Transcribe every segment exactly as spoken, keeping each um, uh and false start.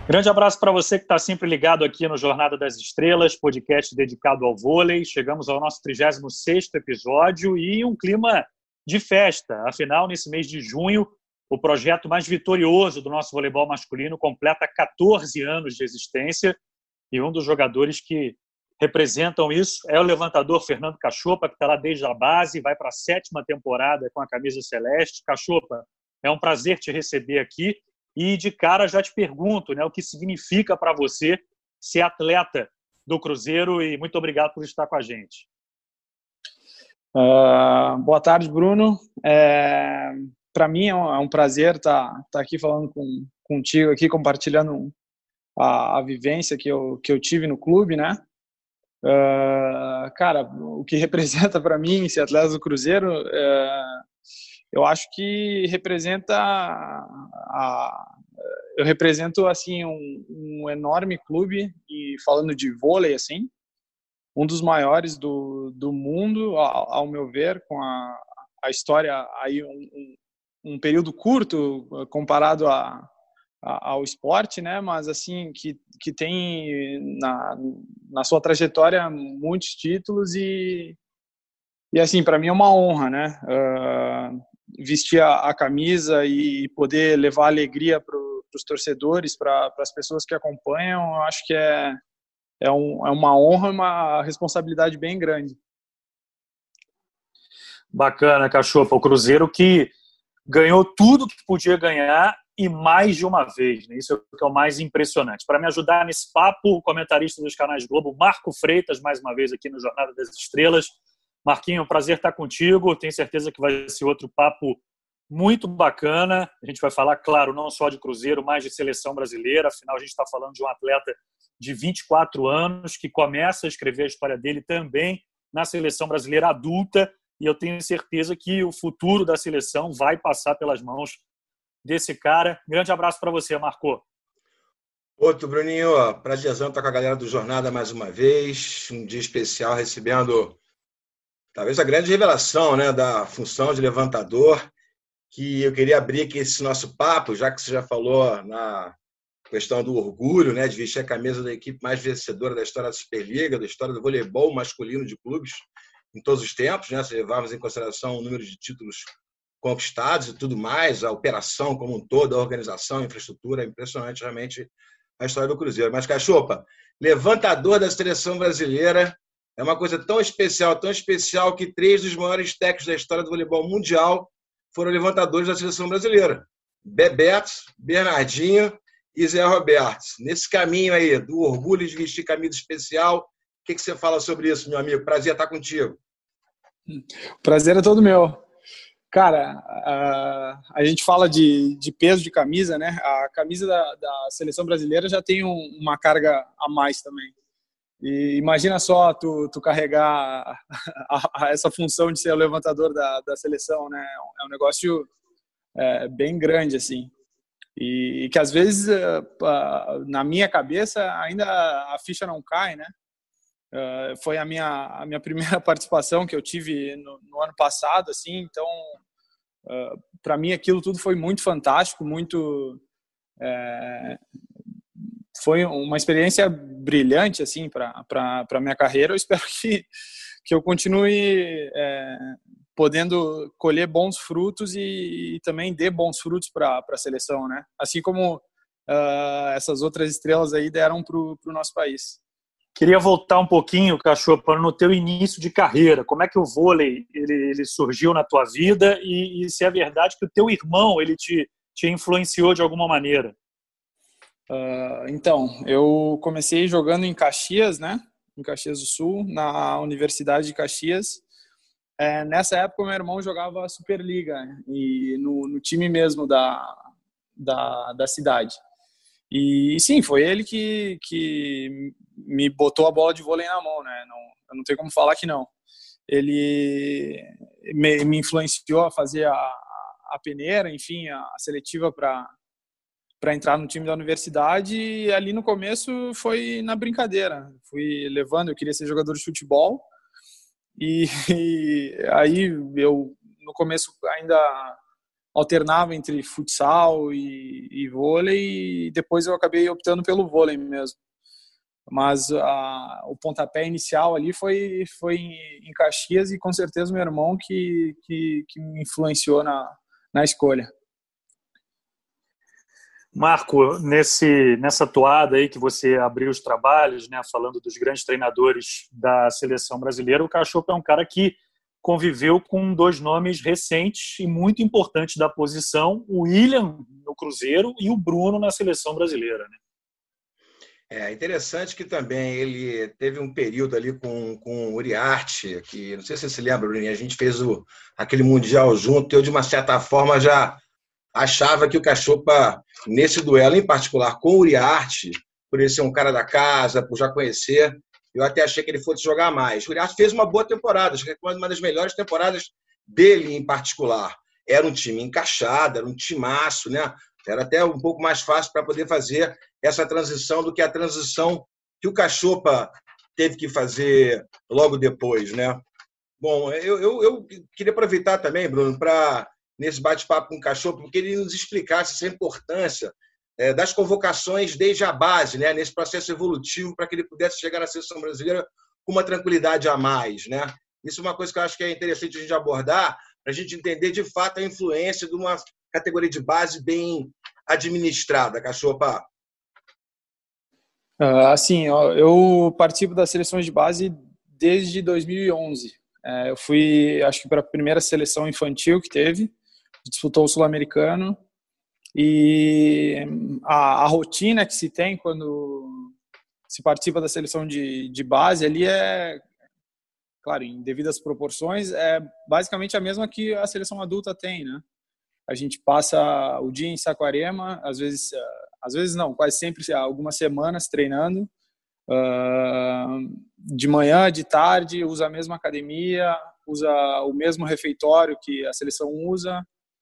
Grande abraço para você que está sempre ligado aqui no Jornada das Estrelas, podcast dedicado ao vôlei. Chegamos ao nosso trigésimo sexto episódio e um clima de festa. Afinal, nesse mês de junho, o projeto mais vitorioso do nosso voleibol masculino completa quatorze anos de existência e um dos jogadores que representam isso é o levantador Fernando Cachopa, que está lá desde a base, vai para a sétima temporada com a camisa celeste. Cachopa, é um prazer te receber aqui. E de cara já te pergunto, né, o que significa para você ser atleta do Cruzeiro, e muito obrigado por estar com a gente. Uh, boa tarde, Bruno. É, para mim é um, é um prazer estar tá, tá aqui falando com, contigo, aqui compartilhando a, a vivência que eu, que eu tive no clube, né? Uh, cara, o que representa para mim ser atleta do Cruzeiro, uh, eu acho que representa a, a, eu represento assim um, um enorme clube, e falando de vôlei assim, um dos maiores do, do mundo, ao, ao meu ver, com a, a história aí um, um, um período curto comparado a, a, ao esporte, né? Mas assim que que tem na, na sua trajetória muitos títulos e e assim para mim é uma honra, né? Uh, vestir a, a camisa e poder levar alegria para os torcedores, para as pessoas que acompanham, eu acho que é, é, um, é uma honra e uma responsabilidade bem grande. Bacana, Cachopa. O Cruzeiro que ganhou tudo que podia ganhar e mais de uma vez, né? Isso é o que é o mais impressionante. Para me ajudar nesse papo, o comentarista dos canais Globo, Marco Freitas, mais uma vez aqui no Jornada das Estrelas. Marquinho, é um prazer estar contigo. Tenho certeza que vai ser outro papo muito bacana. A gente vai falar, claro, não só de Cruzeiro, mas de seleção brasileira. Afinal, a gente está falando de um atleta de vinte e quatro anos que começa a escrever a história dele também na seleção brasileira adulta. E eu tenho certeza que o futuro da seleção vai passar pelas mãos desse cara. Grande abraço para você, Marco. Outro, Bruninho. Prazerzão estar com a galera do Jornada mais uma vez. Um dia especial recebendo talvez a grande revelação, né, da função de levantador, que eu queria abrir aqui esse nosso papo, já que você já falou na questão do orgulho, né, de vestir a camisa da equipe mais vencedora da história da Superliga, da história do voleibol masculino de clubes em todos os tempos, né, se levarmos em consideração o número de títulos conquistados e tudo mais, a operação como um todo, a organização, a infraestrutura, é impressionante realmente a história do Cruzeiro. Mas, Cachopa, levantador da seleção brasileira, é uma coisa tão especial, tão especial, que três dos maiores técnicos da história do voleibol mundial foram levantadores da seleção brasileira. Bebeto, Bernardinho e Zé Roberto. Nesse caminho aí, do orgulho de vestir camisa especial, o que, que você fala sobre isso, meu amigo? Prazer estar contigo. O prazer é todo meu. Cara, a, a gente fala de, de peso de camisa, né? A camisa da, da seleção brasileira já tem um, uma carga a mais também. E imagina só tu, tu carregar a, a, a essa função de ser o levantador da, da seleção, né? É um negócio é, bem grande, assim. E, e que às vezes, na minha cabeça, ainda a ficha não cai, né? Uh, foi a minha, a minha primeira participação que eu tive no, no ano passado, assim, então uh, para mim aquilo tudo foi muito fantástico, muito é, foi uma experiência brilhante, assim, para para minha carreira. Eu espero que, que eu continue é, podendo colher bons frutos e, e também dê bons frutos para a seleção, né? Assim como uh, essas outras estrelas aí deram para o nosso país. Queria voltar um pouquinho, Cachopa, no teu início de carreira. Como é que o vôlei ele, ele surgiu na tua vida e, e se é verdade que o teu irmão ele te, te influenciou de alguma maneira? Uh, então, eu comecei jogando em Caxias, né? Em Caxias do Sul, na Universidade de Caxias. É, nessa época, meu irmão jogava a Superliga e no, no time mesmo da, da, da cidade. E sim, foi ele que, que me botou a bola de vôlei na mão, né? Não, eu não tenho como falar que não. Ele me, me influenciou a fazer a, a peneira, enfim, a, a seletiva para para entrar no time da universidade, e ali no começo foi na brincadeira. Fui levando, eu queria ser jogador de futebol, e, e aí eu no começo ainda alternava entre futsal e, e vôlei, e depois eu acabei optando pelo vôlei mesmo. Mas a, o pontapé inicial ali foi, foi em Caxias, e com certeza meu irmão que, que, que me influenciou na, na escolha. Marco, nesse, nessa toada aí que você abriu os trabalhos, né, falando dos grandes treinadores da seleção brasileira, o Cachopo é um cara que conviveu com dois nomes recentes e muito importantes da posição, o William no Cruzeiro e o Bruno na seleção brasileira, né? É interessante que também ele teve um período ali com, com o Uriarte, que não sei se você se lembra, Bruninho, a gente fez o, aquele Mundial junto, eu de uma certa forma já achava que o Cachopa, nesse duelo em particular com o Uriarte, por ele ser um cara da casa, por já conhecer, eu até achei que ele fosse jogar mais. O Uriarte fez uma boa temporada, acho que foi uma das melhores temporadas dele em particular. Era um time encaixado, era um timaço, né? Era até um pouco mais fácil para poder fazer essa transição do que a transição que o Cachopa teve que fazer logo depois, né? Bom, eu, eu, eu queria aproveitar também, Bruno, para nesse bate-papo com o Cachopa, porque ele nos explicasse essa importância é, das convocações desde a base, né, nesse processo evolutivo, para que ele pudesse chegar na seleção brasileira com uma tranquilidade a mais, né? Isso é uma coisa que eu acho que é interessante a gente abordar, para a gente entender de fato a influência de uma categoria de base bem administrada, Cachopa. Uh, assim, eu participo das seleções de base desde dois mil e onze. É, eu fui, acho que, para a primeira seleção infantil que teve, disputou o Sul-Americano, e a, a rotina que se tem quando se participa da seleção de, de base ali é, claro, em devidas proporções, é basicamente a mesma que a seleção adulta tem, né? A gente passa o dia em Saquarema, às vezes, às vezes não, quase sempre algumas semanas treinando, uh, de manhã, de tarde, usa a mesma academia, usa o mesmo refeitório que a seleção usa,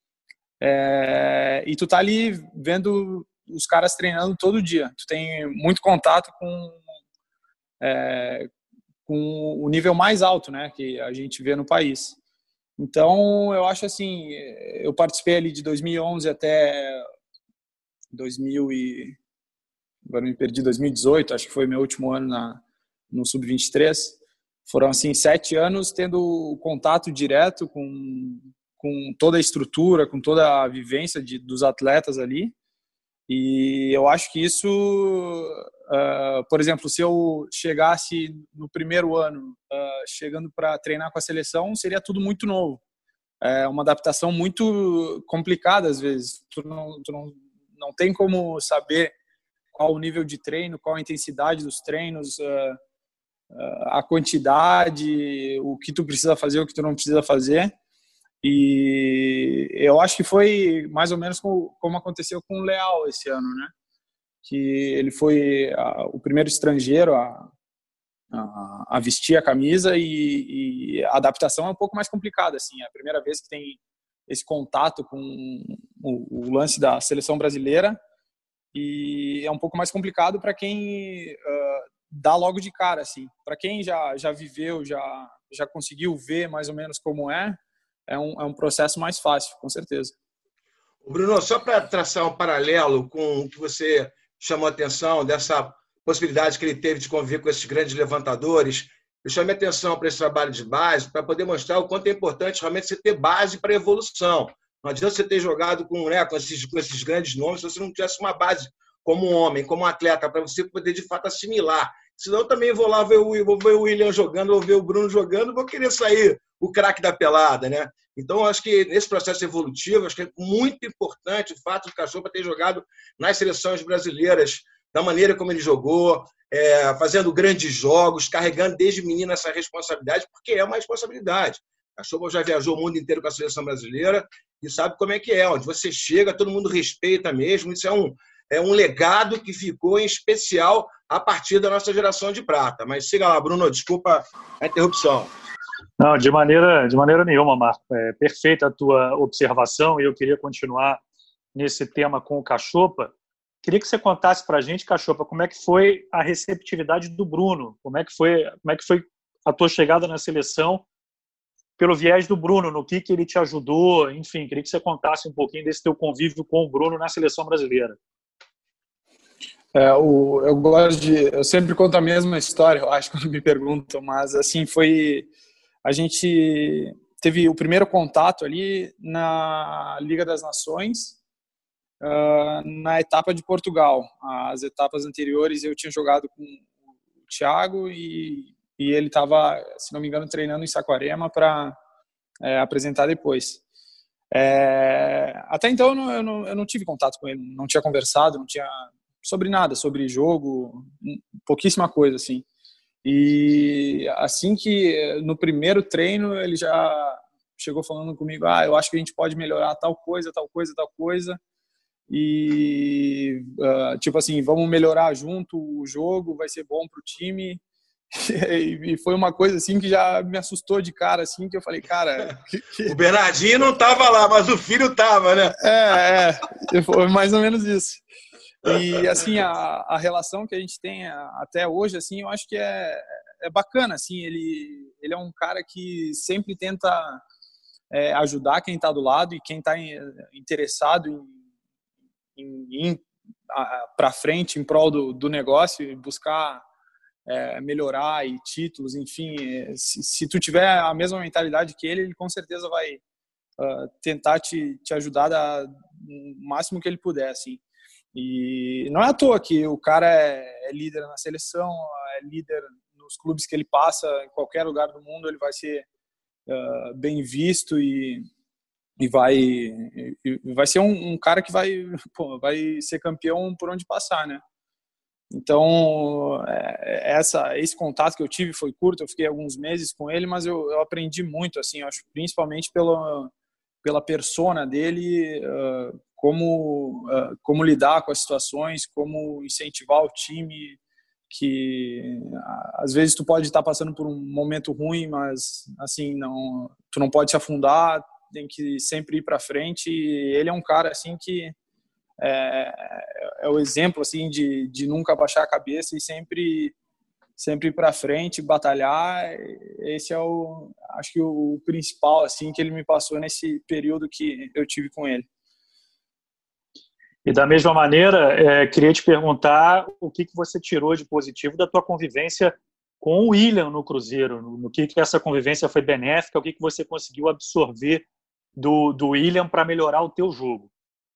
é, e tu tá ali vendo os caras treinando todo dia. Tu tem muito contato com, é, com o nível mais alto, né, que a gente vê no país. Então, eu acho assim, eu participei ali de dois mil e onze até dois mil e... agora me perdi, dois mil e dezoito, acho que foi meu último ano na, no sub vinte e três. Foram, assim, sete anos tendo contato direto com, com toda a estrutura, com toda a vivência de, dos atletas ali. E eu acho que isso, uh, por exemplo, se eu chegasse no primeiro ano, uh, chegando para treinar com a seleção, seria tudo muito novo. É uma adaptação muito complicada, às vezes. Tu não, tu não, não tem como saber qual o nível de treino, qual a intensidade dos treinos, uh, uh, a quantidade, o que tu precisa fazer, o que tu não precisa fazer. E eu acho que foi mais ou menos como, como aconteceu com o Leal esse ano, né? Que ele foi a, o primeiro estrangeiro a, a, a vestir a camisa, e, e a adaptação é um pouco mais complicada, assim. É a primeira vez que tem esse contato com o, o lance da seleção brasileira, e é um pouco mais complicado para quem uh, dá logo de cara, assim. Para quem já, já viveu, já, já conseguiu ver mais ou menos como é, É um, é um processo mais fácil, com certeza. Bruno, só para traçar um paralelo com o que você chamou a atenção, dessa possibilidade que ele teve de conviver com esses grandes levantadores, eu chamei a atenção para esse trabalho de base para poder mostrar o quanto é importante realmente você ter base para a evolução. Não adianta você ter jogado com, né, com, esses, com esses grandes nomes se você não tivesse uma base como um homem, como um atleta, para você poder, de fato, assimilar. Senão eu também vou lá ver o, vou ver o William jogando, vou ver o Bruno jogando, vou querer sair o craque da pelada, né? Então, acho que nesse processo evolutivo, acho que é muito importante o fato do Cachopa ter jogado nas seleções brasileiras, da maneira como ele jogou, é, fazendo grandes jogos, carregando desde menino essa responsabilidade, porque é uma responsabilidade. O Cachopa já viajou o mundo inteiro com a seleção brasileira e sabe como é que é. Onde você chega, todo mundo respeita mesmo. Isso é um, é um legado que ficou em especial a partir da nossa geração de prata. Mas siga lá, Bruno, desculpa a interrupção. Não, de maneira, de maneira nenhuma, Marco. É perfeita a tua observação, e eu queria continuar nesse tema com o Cachopa. Queria que você contasse para a gente, Cachopa, como é que foi a receptividade do Bruno, como é que foi, como é que foi a tua chegada na seleção pelo viés do Bruno, no que, que ele te ajudou, enfim, queria que você contasse um pouquinho desse teu convívio com o Bruno na seleção brasileira. É, o, eu gosto de, eu sempre conto a mesma história, eu acho, quando me perguntam, mas assim, foi, a gente teve o primeiro contato ali na Liga das Nações, uh, na etapa de Portugal. As etapas anteriores eu tinha jogado com o Thiago e, e ele estava, se não me engano, treinando em Saquarema para é, apresentar depois. É, até então eu não, eu, não, eu não tive contato com ele, não tinha conversado, não tinha sobre nada, sobre jogo, pouquíssima coisa assim. E assim que no primeiro treino ele já chegou falando comigo, ah, eu acho que a gente pode melhorar tal coisa, tal coisa, tal coisa. E uh, tipo assim, vamos melhorar junto o jogo, vai ser bom pro time. E foi uma coisa assim que já me assustou de cara, assim, que eu falei, cara... Que, que... O Bernardinho não tava lá, mas o filho tava, né? É, é, foi mais ou menos isso. E assim, a, a relação que a gente tem até hoje, assim, eu acho que é, é bacana, assim, ele, ele é um cara que sempre tenta é, ajudar quem está do lado e quem está interessado em, em ir para frente em prol do, do negócio e buscar é, melhorar e títulos, enfim, se, se tu tiver a mesma mentalidade que ele, ele com certeza vai uh, tentar te, te ajudar da, o máximo que ele puder, assim. E não é à toa que o cara é, é líder na seleção, é líder nos clubes que ele passa, em qualquer lugar do mundo ele vai ser uh, bem visto e, e, vai, e, e vai ser um, um cara que vai, pô, vai ser campeão por onde passar, né? Então, é, essa, esse contato que eu tive foi curto, eu fiquei alguns meses com ele, mas eu, eu aprendi muito, assim, eu acho, principalmente pela, pela persona dele, uh, como, uh, como lidar com as situações, como incentivar o time, que às vezes tu pode estar passando por um momento ruim, mas assim, não, tu não pode se afundar, tem que sempre ir para frente, e ele é um cara assim que é, é o exemplo assim de, de nunca baixar a cabeça e sempre sempre ir para frente, batalhar. Esse é o, acho que o principal assim que ele me passou nesse período que eu tive com ele. E da mesma maneira, é, queria te perguntar o que, que você tirou de positivo da tua convivência com o William no Cruzeiro, no, no que, que essa convivência foi benéfica, o que, que você conseguiu absorver do, do William para melhorar o teu jogo.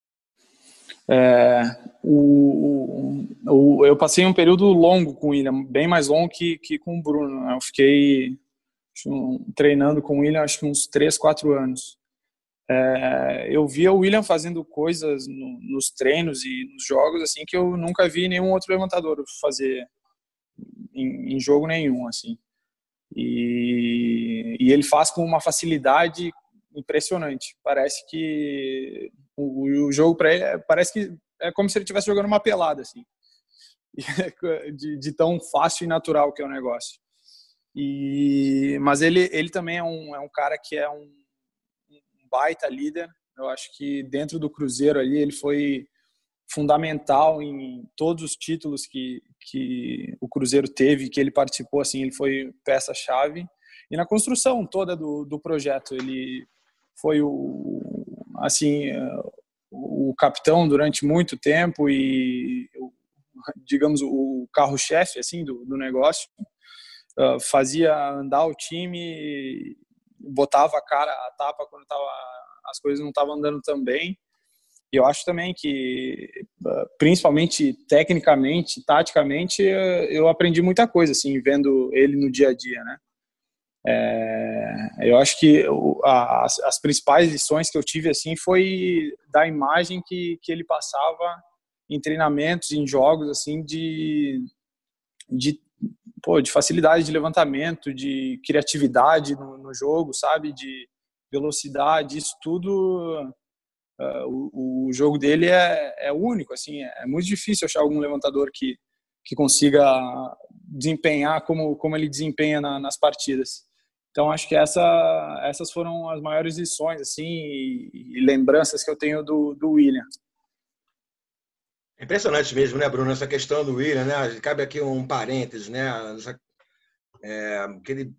É, o, o, eu passei um período longo com o William, bem mais longo que, que com o Bruno. Eu fiquei treinando com o William acho que uns três, quatro anos. É, eu via o William fazendo coisas no, nos treinos e nos jogos assim que eu nunca vi nenhum outro levantador fazer em, em jogo nenhum, assim. E, e ele faz com uma facilidade impressionante. Parece que o, o jogo para ele é, parece que é como se ele estivesse jogando uma pelada, assim, de, de tão fácil e natural que é o negócio. E, mas ele, ele também é um, é um cara que é um, um baita líder. Eu acho que dentro do Cruzeiro ali ele foi fundamental em todos os títulos que, que o Cruzeiro teve, que ele participou, assim, ele foi peça-chave. E na construção toda do, do projeto, ele foi o, assim, o capitão durante muito tempo e, digamos, o carro-chefe, assim, do, do negócio. Uh, fazia andar o time, botava a cara a tapa quando tava, as coisas não estavam andando tão bem. E eu acho também que, principalmente tecnicamente, taticamente, eu aprendi muita coisa, assim, vendo ele no dia a dia, né? É, eu acho que as, as principais lições que eu tive, assim, foi da imagem que, que ele passava em treinamentos, em jogos, assim, de, de, pô, de facilidade de levantamento, de criatividade no, no jogo, sabe? De velocidade, isso tudo... Uh, o, o jogo dele é, é único, assim, é, é muito difícil achar algum levantador que, que consiga desempenhar como, como ele desempenha na, nas partidas. Então acho que essa, essas foram as maiores lições, assim, e, e lembranças que eu tenho do, do William. É impressionante mesmo, né, Bruno, essa questão do William, né? Cabe aqui um parênteses, né? É, que ele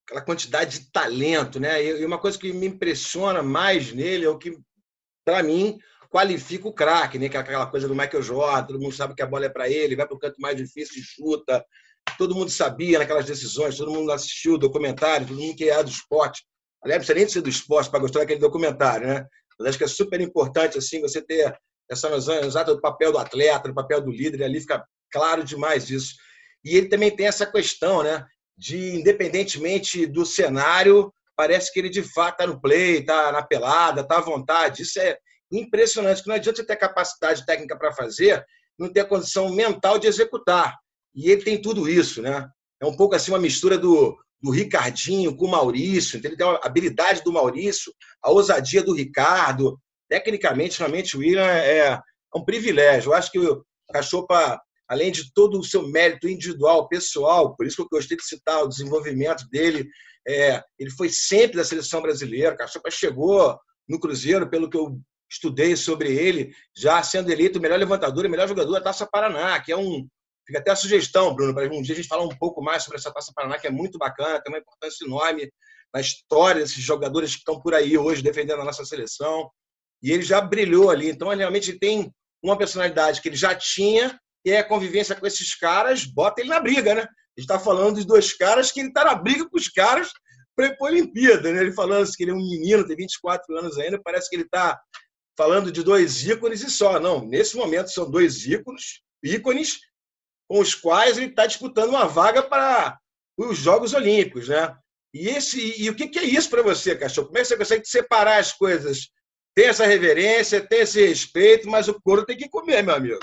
aquela quantidade de talento, né? E uma coisa que me impressiona mais nele é o que, para mim, qualifica o craque, né? Que é aquela coisa do Michael Jordan, todo mundo sabe que a bola é para ele, vai para o canto mais difícil e chuta. Todo mundo sabia naquelas decisões, todo mundo assistiu o documentário, todo mundo que é do esporte. Aliás, não precisa nem de ser do esporte para gostar daquele documentário, né? Mas acho que é super importante assim, você ter essa noção exata do papel do atleta, do papel do líder, e ali fica claro demais isso. E ele também tem essa questão, né? De, independentemente do cenário, parece que ele de fato está no play, está na pelada, está à vontade. Isso é impressionante, que não adianta você ter capacidade técnica para fazer, não ter a condição mental de executar. E ele tem tudo isso, né? É um pouco assim uma mistura do, do Ricardinho com o Maurício, então ele tem a habilidade do Maurício, a ousadia do Ricardo. Tecnicamente, realmente, o William é, é um privilégio. Eu acho que o Cachopa, além de todo o seu mérito individual, pessoal, por isso que eu gostei de citar o desenvolvimento dele, é, ele foi sempre da seleção brasileira. O Cachopa chegou no Cruzeiro, pelo que eu estudei sobre ele, já sendo eleito o melhor levantador e melhor jogador da Taça Paraná, que é um... Fica até a sugestão, Bruno, para um dia a gente falar um pouco mais sobre essa Taça Paraná, que é muito bacana, tem uma importância enorme na história desses jogadores que estão por aí hoje defendendo a nossa seleção. E ele já brilhou ali. Então, ele realmente tem uma personalidade que ele já tinha, e a convivência com esses caras bota ele na briga, né? A gente está falando de dois caras que ele está na briga com os caras para ir para a Olimpíada, né? Ele falando assim, que ele é um menino, tem vinte e quatro anos ainda, parece que ele está falando de dois ícones e só. Não, nesse momento são dois ícones, ícones com os quais ele está disputando uma vaga para os Jogos Olímpicos, né? E, esse, e o que, que é isso para você, Cachorro? Como é que você consegue separar as coisas? Tem essa reverência, tem esse respeito, mas o couro tem que comer, meu amigo.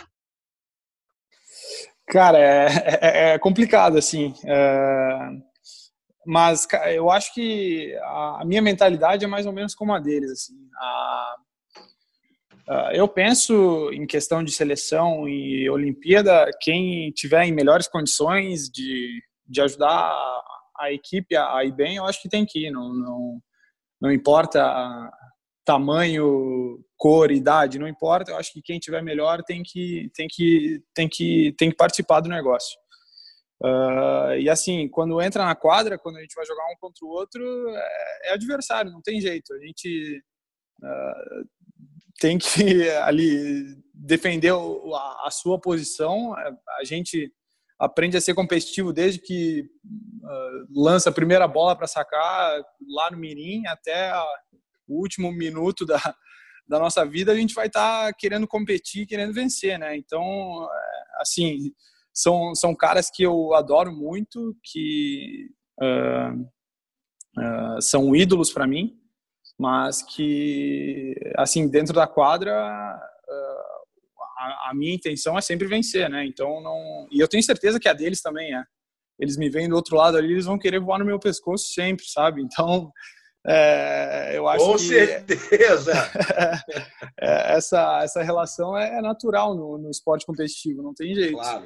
Cara, é, é, é complicado, assim. É... Mas eu acho que a minha mentalidade é mais ou menos como a deles, assim. A... Eu penso em questão de seleção e Olimpíada, quem tiver em melhores condições de, de ajudar a, a equipe a ir bem, eu acho que tem que ir. Não, não, não importa tamanho, cor, idade, não importa. Eu acho que quem tiver melhor tem que, tem que, tem que, tem que participar do negócio. Uh, e assim, quando entra na quadra, quando a gente vai jogar um contra o outro, é, é adversário, não tem jeito. A gente... Uh, tem que ali defender a sua posição. A gente aprende a ser competitivo desde que uh, lança a primeira bola para sacar lá no mirim até o último minuto da, da nossa vida. A gente vai estar tá querendo competir, querendo vencer, né? Então, assim, são, são caras que eu adoro muito, que uh, uh, são ídolos para mim, mas que, assim, dentro da quadra, a, a minha intenção é sempre vencer, né? Então, não... E eu tenho certeza que a deles também é. Eles me veem do outro lado ali, eles vão querer voar no meu pescoço sempre, sabe? Então, é, eu acho Com que... Com certeza! é, essa, essa relação é natural no, no esporte competitivo, não tem jeito. Claro.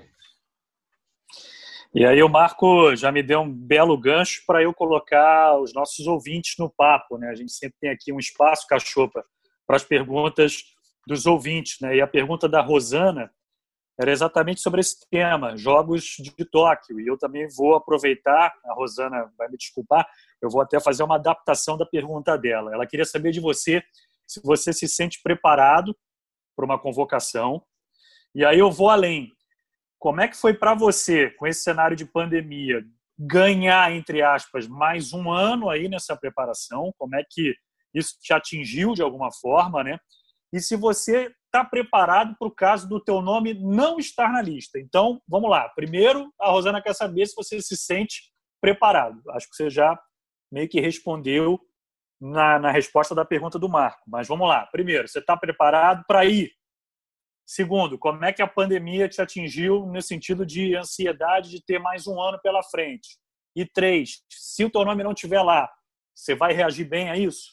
E aí o Marco já me deu um belo gancho para eu colocar os nossos ouvintes no papo, né? A gente sempre tem aqui um espaço, Cachopa, para as perguntas dos ouvintes, né? E a pergunta da Rosana era exatamente sobre esse tema, Jogos de Tóquio. E eu também vou aproveitar, a Rosana vai me desculpar, eu vou até fazer uma adaptação da pergunta dela. Ela queria saber de você se você se sente preparado para uma convocação. E aí eu vou além. Como é que foi para você, com esse cenário de pandemia, ganhar, entre aspas, mais um ano aí nessa preparação? Como é que isso te atingiu de alguma forma, né? E se você está preparado para o caso do teu nome não estar na lista. Então, vamos lá. Primeiro, a Rosana quer saber se você se sente preparado. Acho que você já meio que respondeu na, na resposta da pergunta do Marco. Mas vamos lá. Primeiro, você está preparado para ir? Segundo, como é que a pandemia te atingiu no sentido de ansiedade de ter mais um ano pela frente? E três, se o teu nome não estiver lá, você vai reagir bem a isso?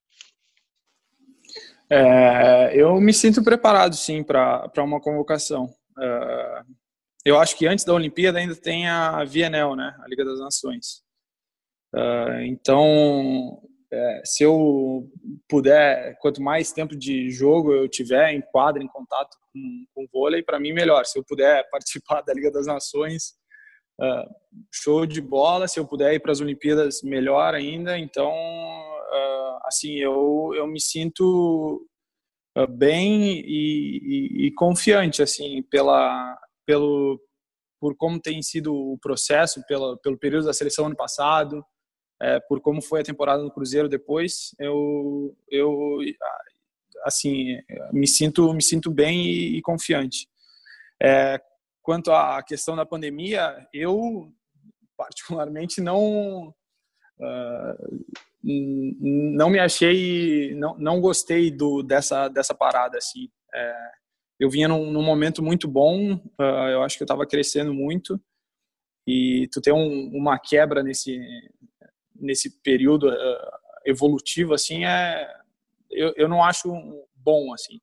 É, eu me sinto preparado, sim, para uma convocação. É, eu acho que antes da Olimpíada ainda tem a V N L, né, a Liga das Nações. É, então... É, se eu puder, quanto mais tempo de jogo eu tiver em quadra, em contato com, com o vôlei, para mim melhor. Se eu puder participar da Liga das Nações, uh, show de bola. Se eu puder ir para as Olimpíadas, melhor ainda. Então, uh, assim, eu, eu me sinto uh, bem e, e, e confiante, assim, pela, pelo, por como tem sido o processo, pela, pelo período da seleção ano passado, é, por como foi a temporada no Cruzeiro depois. Eu, eu assim, me sinto, me sinto bem e, e confiante. É, quanto à questão da pandemia, eu particularmente não uh, não me achei, não, não gostei do, dessa, dessa parada, assim. É, eu vinha num, num momento muito bom, uh, eu acho que eu estava crescendo muito, e tu ter um, uma quebra nesse, nesse período uh, evolutivo, assim, é, eu, eu não acho bom, assim.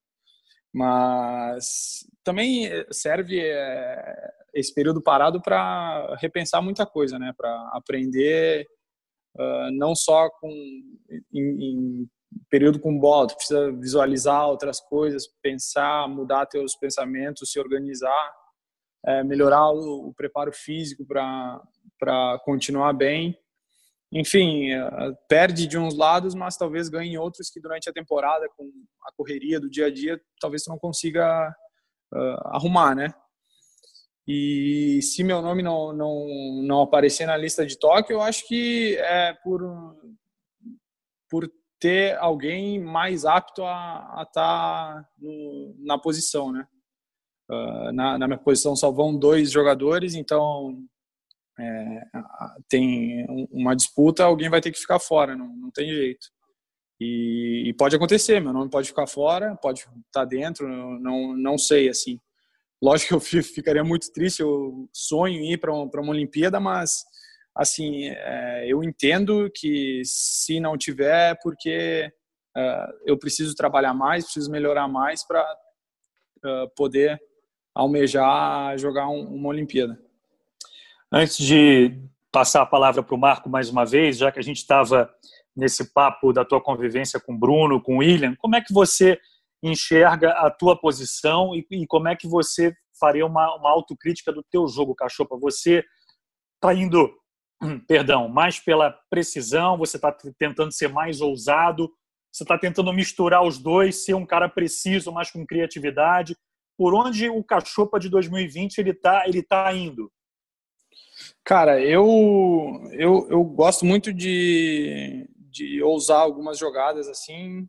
Mas também serve é, esse período parado para repensar muita coisa, né? Para aprender uh, não só com em, em período com bola, tu precisa visualizar outras coisas, pensar, mudar teus pensamentos, se organizar, é, melhorar o, o preparo físico para para continuar bem. Enfim, perde de uns lados, mas talvez ganhe outros que durante a temporada, com a correria do dia a dia, talvez tu não consiga uh, arrumar, né? E se meu nome não, não, não aparecer na lista de Tóquio, eu acho que é por, por ter alguém mais apto a estar tá na posição, né? Uh, na, na minha posição só vão dois jogadores, então... É, tem uma disputa, alguém vai ter que ficar fora, não, não tem jeito. E, e pode acontecer, meu nome pode ficar fora, pode estar dentro, não, não sei, assim. Lógico que eu ficaria muito triste, eu sonho em ir para uma, para uma Olimpíada, mas, assim, é, eu entendo que se não tiver, porque é, eu preciso trabalhar mais, preciso melhorar mais para é, poder almejar jogar um, uma Olimpíada. Antes de passar a palavra para o Marco mais uma vez, já que a gente estava nesse papo da tua convivência com o Bruno, com o William, como é que você enxerga a tua posição e, e como é que você faria uma, uma autocrítica do teu jogo, Cachopa? Você está indo, perdão, mais pela precisão, você está tentando ser mais ousado, você está tentando misturar os dois, ser um cara preciso, mas com criatividade. Por onde o Cachopa de dois mil e vinte ele está ele tá indo? Cara, eu, eu, eu gosto muito de, de ousar algumas jogadas assim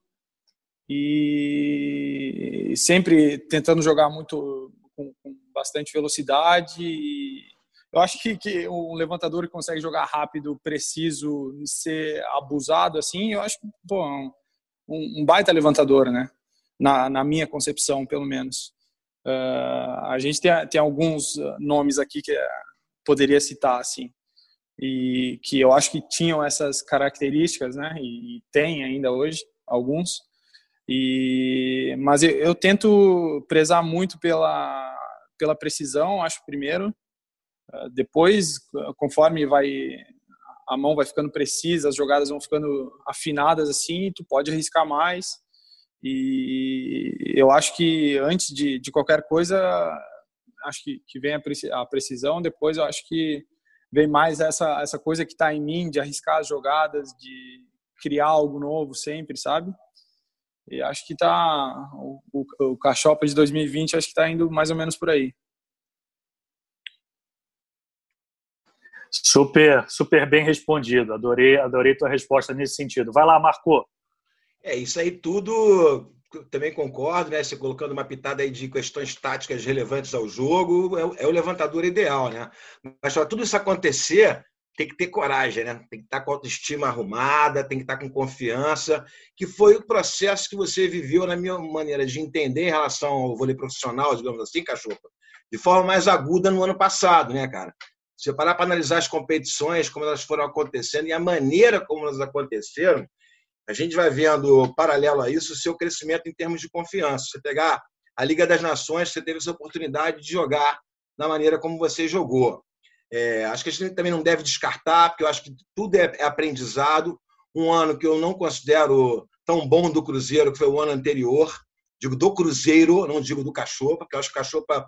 e sempre tentando jogar muito com, com bastante velocidade. E eu acho que, que um levantador que consegue jogar rápido, preciso, ser abusado assim, eu acho que pô, um, um baita levantador, né? Na, na minha concepção, pelo menos. Uh, a gente tem, tem alguns nomes aqui que é poderia citar, assim, e que eu acho que tinham essas características, né, e tem ainda hoje, alguns, e, mas eu, eu tento prezar muito pela, pela precisão, acho, primeiro, depois, conforme vai, a mão vai ficando precisa, as jogadas vão ficando afinadas, assim, tu pode arriscar mais, e eu acho que antes de, de qualquer coisa... acho que, que vem a precisão, depois eu acho que vem mais essa, essa coisa que está em mim, de arriscar as jogadas, de criar algo novo sempre, sabe? E acho que tá o, o, o Cachopa de dois mil e vinte acho que está indo mais ou menos por aí. Super, super bem respondido, adorei, adorei tua resposta nesse sentido. Vai lá, Marco. É, isso aí tudo... também concordo, né? Você colocando uma pitada aí de questões táticas relevantes ao jogo, é, é o levantador ideal, né? Mas para tudo isso acontecer, tem que ter coragem, né? Tem que estar com a autoestima arrumada, tem que estar com confiança, que foi o processo que você viveu, na minha maneira de entender, em relação ao vôlei profissional, digamos assim, Cachopa, de forma mais aguda no ano passado, né, cara? Se você parar para analisar as competições, como elas foram acontecendo e a maneira como elas aconteceram, a gente vai vendo, paralelo a isso, o seu crescimento em termos de confiança. Você pegar a Liga das Nações, você teve essa oportunidade de jogar da maneira como você jogou. É, acho que a gente também não deve descartar, porque eu acho que tudo é aprendizado. Um ano que eu não considero tão bom do Cruzeiro, que foi o ano anterior. Digo do Cruzeiro, não digo do Cachopa, porque eu acho que o Cachopa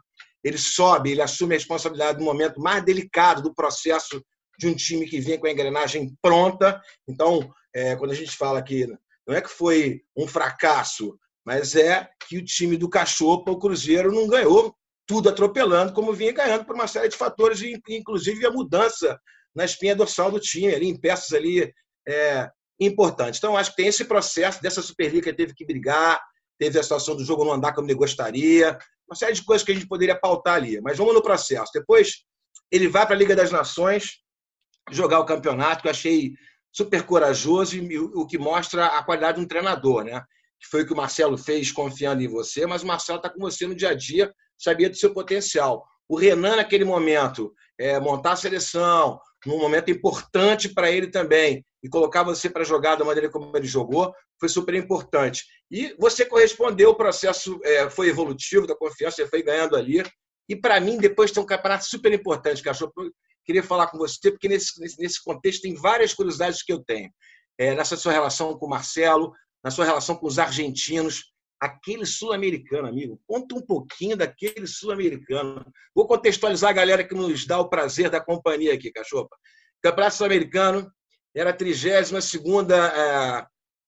ele sobe, ele assume a responsabilidade do momento mais delicado do processo de um time que vem com a engrenagem pronta. Então, é, quando a gente fala que não é que foi um fracasso, mas é que o time do Cachopa, o Cruzeiro, não ganhou tudo atropelando, como vinha ganhando por uma série de fatores, inclusive a mudança na espinha dorsal do time, ali, em peças ali é, importantes. Então, acho que tem esse processo dessa Superliga que teve que brigar, teve a situação do jogo não andar como ele gostaria, uma série de coisas que a gente poderia pautar ali. Mas vamos no processo. Depois, ele vai para a Liga das Nações jogar o campeonato, que eu achei super corajoso e o que mostra a qualidade de um treinador, né? Que foi o que o Marcelo fez confiando em você, mas o Marcelo está com você no dia a dia, sabia do seu potencial. O Renan, naquele momento, é, montar a seleção, num momento importante para ele também, e colocar você para jogar da maneira como ele jogou, foi super importante. E você correspondeu, o processo é, foi evolutivo da confiança, você foi ganhando ali. E, para mim, depois tem um campeonato super importante, Cachorro. Eu queria falar com você, porque nesse, nesse contexto tem várias curiosidades que eu tenho. É, nessa sua relação com o Marcelo, na sua relação com os argentinos, aquele sul-americano, amigo. Conta um pouquinho daquele sul-americano. Vou contextualizar a galera que nos dá o prazer da companhia aqui, Cachopa. O Campeonato Sul-Americano era a trigésima segunda é,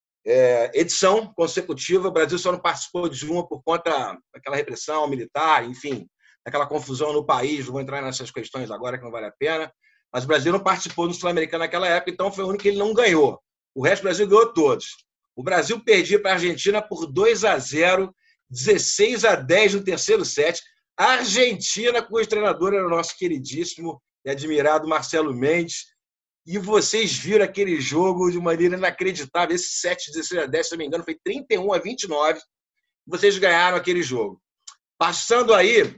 é, edição consecutiva. O Brasil só não participou de uma por conta daquela repressão militar, enfim, daquela confusão no país. Não vou entrar nessas questões agora, que não vale a pena. Mas o Brasil não participou do Sul-Americano naquela época, então foi o único que ele não ganhou. O resto do Brasil ganhou todos. O Brasil perdia para a Argentina por dois a zero, dezesseis a dez no terceiro set. A Argentina, cujo treinador era o nosso queridíssimo e admirado Marcelo Mendes. E vocês viram aquele jogo de maneira inacreditável. Esse set de dezesseis a dez, se não me engano, foi trinta e um a vinte e nove. Vocês ganharam aquele jogo. Passando aí,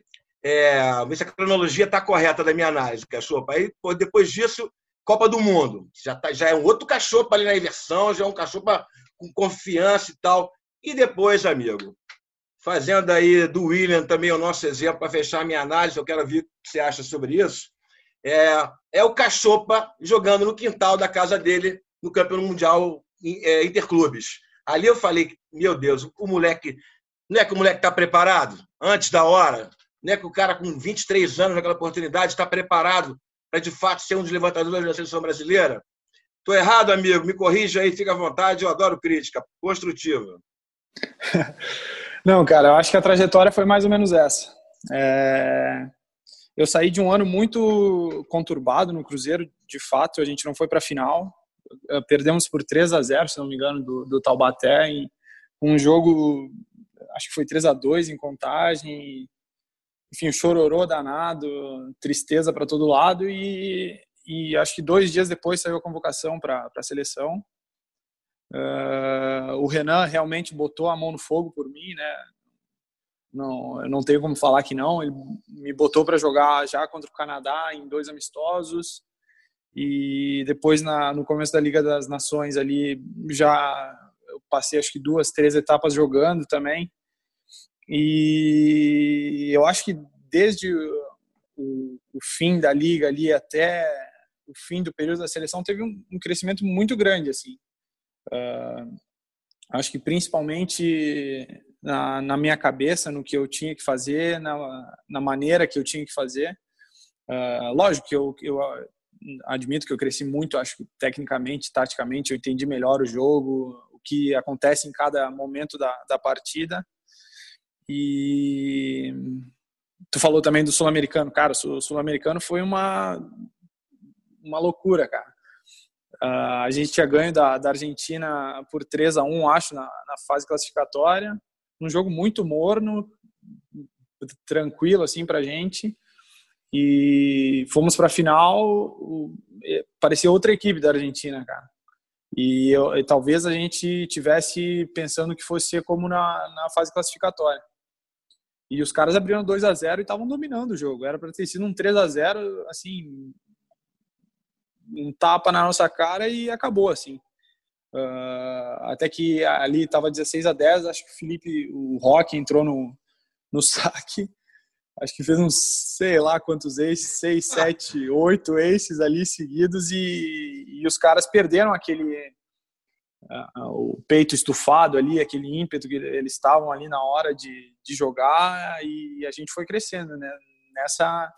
é, ver se a cronologia está correta da minha análise, Cachopa. Aí, depois disso, Copa do Mundo. Já, tá, já é um outro Cachopa ali na inversão, já é um Cachopa com confiança e tal. E depois, amigo, fazendo aí do William também o nosso exemplo para fechar a minha análise, eu quero ver o que você acha sobre isso, é, é o Cachopa jogando no quintal da casa dele no Campeonato Mundial é, Interclubes. Ali eu falei, meu Deus, o moleque, não é que o moleque está preparado antes da hora? Não é que o cara com vinte e três anos naquela oportunidade está preparado para, de fato, ser um dos levantadores da seleção brasileira? Estou errado, amigo? Me corrija aí, fica à vontade. Eu adoro crítica construtiva. Não, cara, eu acho que a trajetória foi mais ou menos essa. É... Eu saí de um ano muito conturbado no Cruzeiro, de fato, a gente não foi para a final. Perdemos por três a zero, se não me engano, do, do Taubaté, em um jogo, acho que foi três a dois em Contagem. Enfim, chororô danado, tristeza para todo lado e... E acho que dois dias depois saiu a convocação para a seleção. Uh, o Renan realmente botou a mão no fogo por mim, né? Não, eu não tenho como falar que não. Ele me botou para jogar já contra o Canadá em dois amistosos. E depois, na, no começo da Liga das Nações, ali já eu passei acho que duas, três etapas jogando também. E eu acho que desde o, o fim da Liga ali até o fim do período da seleção teve um, um crescimento muito grande, assim. Uh, acho que principalmente na, na minha cabeça, no que eu tinha que fazer, na, na maneira que eu tinha que fazer. Uh, lógico que eu, eu admito que eu cresci muito, acho que tecnicamente, taticamente, eu entendi melhor o jogo, o que acontece em cada momento da, da partida. E tu falou também do Sul-Americano. Cara, o Sul-Americano foi uma... uma loucura, cara. Uh, a gente tinha ganho da, da Argentina por três a um, acho, na, na fase classificatória. Um jogo muito morno, tranquilo, assim, pra gente. E fomos pra final, parecia outra equipe da Argentina, cara. E, eu, e talvez a gente tivesse pensando que fosse ser como na, na fase classificatória. E os caras abriram dois a zero e estavam dominando o jogo. Era pra ter sido um três a zero, assim... um tapa na nossa cara e acabou, assim. Uh, até que ali estava dezesseis a dez, acho que o Felipe, o Roque entrou no, no saque, acho que fez uns, sei lá quantos aces, seis, sete, oito aces ali seguidos e, e os caras perderam aquele, o peito estufado ali, aquele ímpeto que eles estavam ali na hora de, de jogar, e a gente foi crescendo, né? Nessa,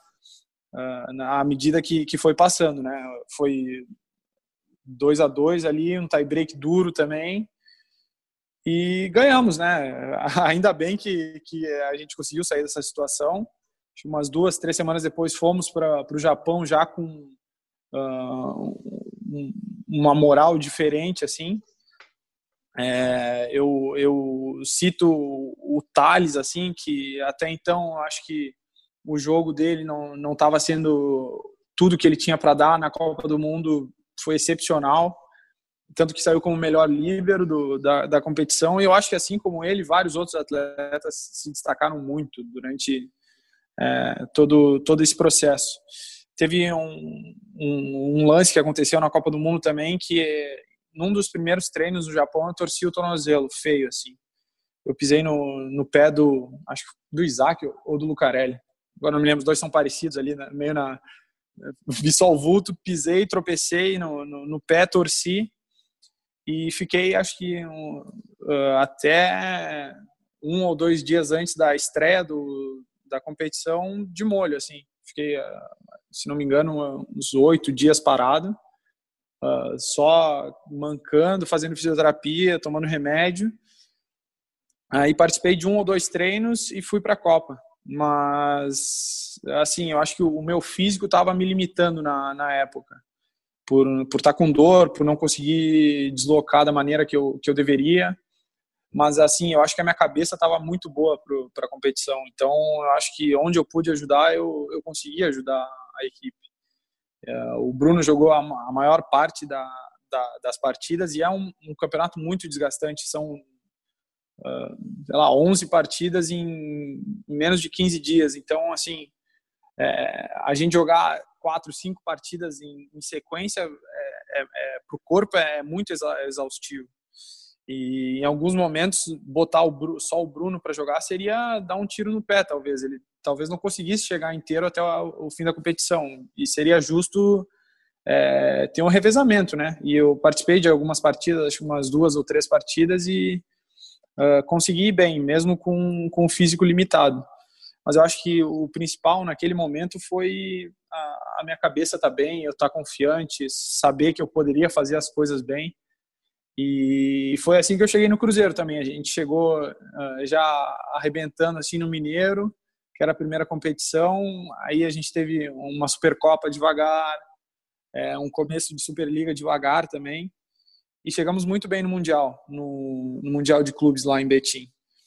na medida que, que foi passando, né? Foi dois a dois ali, um tie break duro também, e ganhamos, né? Ainda bem que, que a gente conseguiu sair dessa situação. Acho que umas duas, três semanas depois fomos para o Japão já com uh, uma moral diferente, assim. É, eu, eu cito o Thales, assim, que até então acho que o jogo dele não não estava sendo tudo que ele tinha para dar na Copa do Mundo, foi excepcional, tanto que saiu como o melhor líbero do, da, da competição, e eu acho que assim como ele, vários outros atletas se destacaram muito durante é, todo, todo esse processo. Teve um, um, um lance que aconteceu na Copa do Mundo também, que num dos primeiros treinos no Japão eu torci o tornozelo, feio assim. Eu pisei no, no pé do, acho que do Isaac ou do Lucarelli. Agora não me lembro, os dois são parecidos ali, né? Meio na... Vi só o vulto, pisei, tropecei no, no, no pé, torci e fiquei, acho que um, uh, até um ou dois dias antes da estreia do, da competição de molho, assim. Fiquei, uh, se não me engano, uns oito dias parado. Uh, só mancando, fazendo fisioterapia, tomando remédio. Aí participei de um ou dois treinos e fui para a Copa. Mas, assim, eu acho que o meu físico estava me limitando na, na época. Por, por estar com dor, por não conseguir deslocar da maneira que eu, que eu deveria. Mas, assim, eu acho que a minha cabeça estava muito boa para a competição. Então, eu acho que onde eu pude ajudar, eu, eu consegui ajudar a equipe. O Bruno jogou a maior parte da, da, das partidas e é um, um campeonato muito desgastante. São, uh, sei lá, onze partidas em, em menos de quinze dias. Então, assim, é, a gente jogar quatro, cinco partidas em, em sequência, é, é, é, para o corpo é muito exaustivo. E em alguns momentos, botar o Bruno, só o Bruno para jogar seria dar um tiro no pé, talvez. Ele talvez não conseguisse chegar inteiro até o, o fim da competição. E seria justo é, ter um revezamento, né? E eu participei de algumas partidas, acho que umas duas ou três partidas, e uh, consegui ir bem, mesmo com, com o físico limitado. Mas eu acho que o principal naquele momento foi a, a minha cabeça estar bem, eu estar confiante, saber que eu poderia fazer as coisas bem. E foi assim que eu cheguei no Cruzeiro também. A gente chegou uh, já arrebentando assim no Mineiro, que era a primeira competição. Aí a gente teve uma Supercopa devagar, é, um começo de Superliga devagar também. E chegamos muito bem no Mundial, no, no Mundial de Clubes lá em Betim.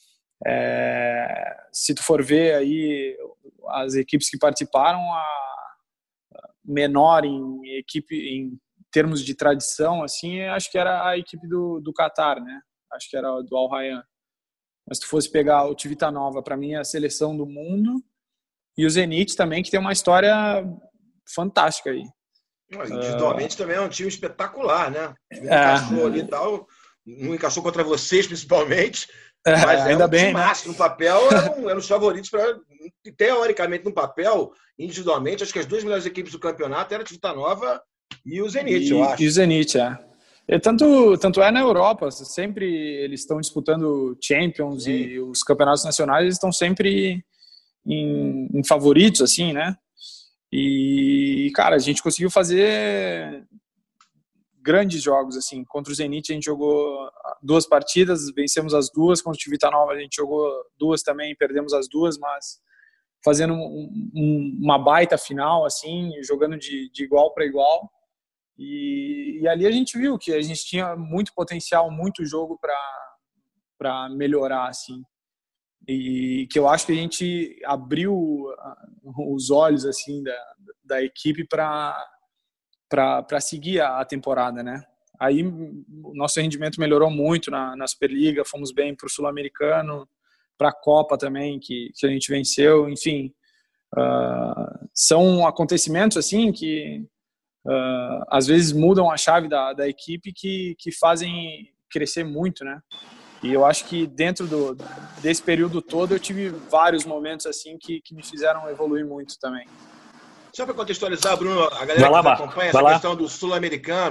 É, se tu for ver aí as equipes que participaram, a menor em equipe em termos de tradição, assim, acho que era a equipe do, do Qatar, né? Acho que era do Al Rayyan. Mas se tu fosse pegar o Civitanova, para mim é a seleção do mundo, e o Zenit também, que tem uma história fantástica aí. Individualmente uh, também é um time espetacular, né? É, encaixou ali e tal, não encaixou contra vocês principalmente, é, mas ainda é um bem, timaço. né? No papel eram, eram os favoritos para, teoricamente no papel, individualmente, acho que as duas melhores equipes do campeonato eram a Civitanova e o Zenit, e, eu acho. E o Zenit, é. E tanto, tanto é na Europa, sempre eles estão disputando Champions. Sim. E os campeonatos nacionais eles estão sempre em, em favoritos, assim, né? E, cara, a gente conseguiu fazer grandes jogos, assim. Contra o Zenit a gente jogou duas partidas, vencemos as duas. Contra o Civitanova a gente jogou duas também, perdemos as duas, mas fazendo um, um, uma baita final, assim, jogando de, de igual para igual. E, e ali a gente viu que a gente tinha muito potencial, muito jogo para melhorar, assim. E que eu acho que a gente abriu os olhos, assim, da, da equipe para para seguir a temporada, né? Aí o nosso rendimento melhorou muito na, na Superliga, fomos bem para o Sul-Americano, para a Copa também, que, que a gente venceu. Enfim, uh, são acontecimentos assim que uh, às vezes mudam a chave da, da equipe, que, que fazem crescer muito, né? E eu acho que dentro do, desse período todo eu tive vários momentos assim que, que me fizeram evoluir muito também. Só para contextualizar, Bruno, a galera lá, que acompanha essa lá. questão do sul-americano,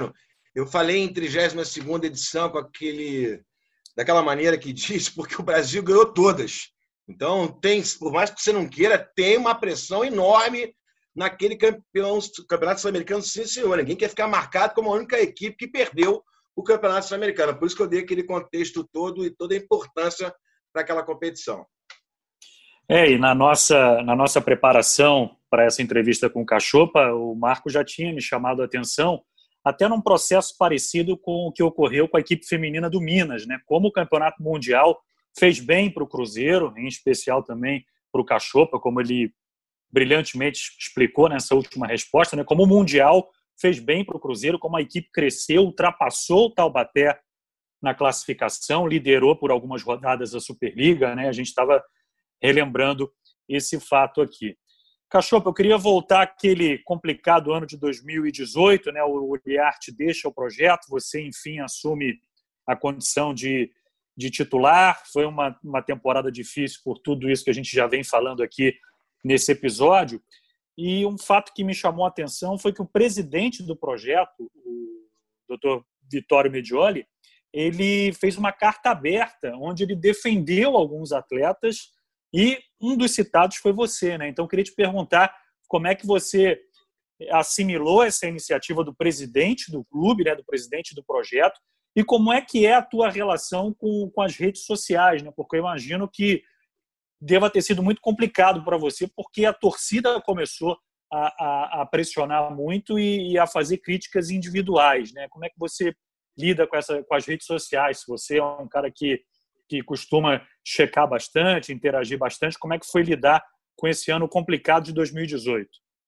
Eu falei em trigésima segunda edição com aquele, daquela maneira que diz, porque o Brasil ganhou todas. Então, tem, por mais que você não queira, tem uma pressão enorme naquele campeão, campeonato sul-americano, sim, senhor. Ninguém quer ficar marcado como a única equipe que perdeu o campeonato sul-americano. Por isso que eu dei aquele contexto todo e toda a importância para aquela competição. É, e na nossa, na nossa preparação para essa entrevista com o Cachopa, o Marco já tinha me chamado a atenção, até num processo parecido com o que ocorreu com a equipe feminina do Minas, né? Como o campeonato mundial fez bem para o Cruzeiro, em especial também para o Cachopa, como ele brilhantemente explicou nessa última resposta, né? Como o mundial fez bem para o Cruzeiro, como a equipe cresceu, ultrapassou o Taubaté na classificação, liderou por algumas rodadas a Superliga, né? A gente estava relembrando esse fato aqui. Cachopa, eu queria voltar àquele complicado ano de dois mil e dezoito, né? O Oliarte deixa o projeto, você, enfim, assume a condição de, de titular. Foi uma, uma temporada difícil por tudo isso que a gente já vem falando aqui nesse episódio. E um fato que me chamou a atenção foi que o presidente do projeto, o doutor Vitório Medioli, ele fez uma carta aberta onde ele defendeu alguns atletas e um dos citados foi você, né? Então, eu queria te perguntar como é que você assimilou essa iniciativa do presidente do clube, né, do presidente do projeto, e como é que é a tua relação com, com as redes sociais, né? Porque eu imagino que deva ter sido muito complicado para você, porque a torcida começou a, a, a pressionar muito e, e a fazer críticas individuais, né? Como é que você lida com, essa, com as redes sociais? Se você é um cara que que costuma checar bastante, interagir bastante. Como é que foi lidar com esse ano complicado de dois mil e dezoito?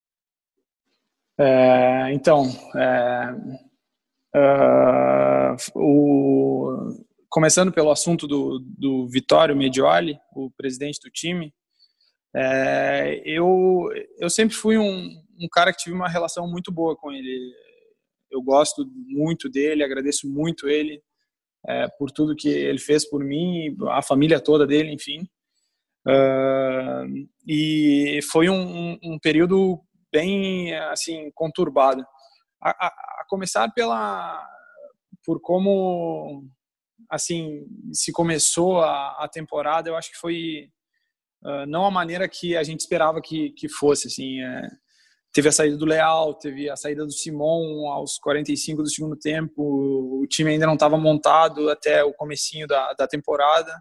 É, então, é, uh, o, começando pelo assunto do, do Vitório Medioli, o presidente do time, é, eu, eu sempre fui um, um cara que tive uma relação muito boa com ele. Eu gosto muito dele, agradeço muito ele, É, por tudo que ele fez por mim, a família toda dele, enfim. Uh, e foi um, um período bem, assim, conturbado. A, a, a começar pela, por como, assim, se começou a, a temporada, eu acho que foi uh, não a maneira que a gente esperava que, que fosse, assim. É, teve a saída do Leal, teve a saída do Simon aos quarenta e cinco do segundo tempo, o time ainda não estava montado até o comecinho da, da temporada,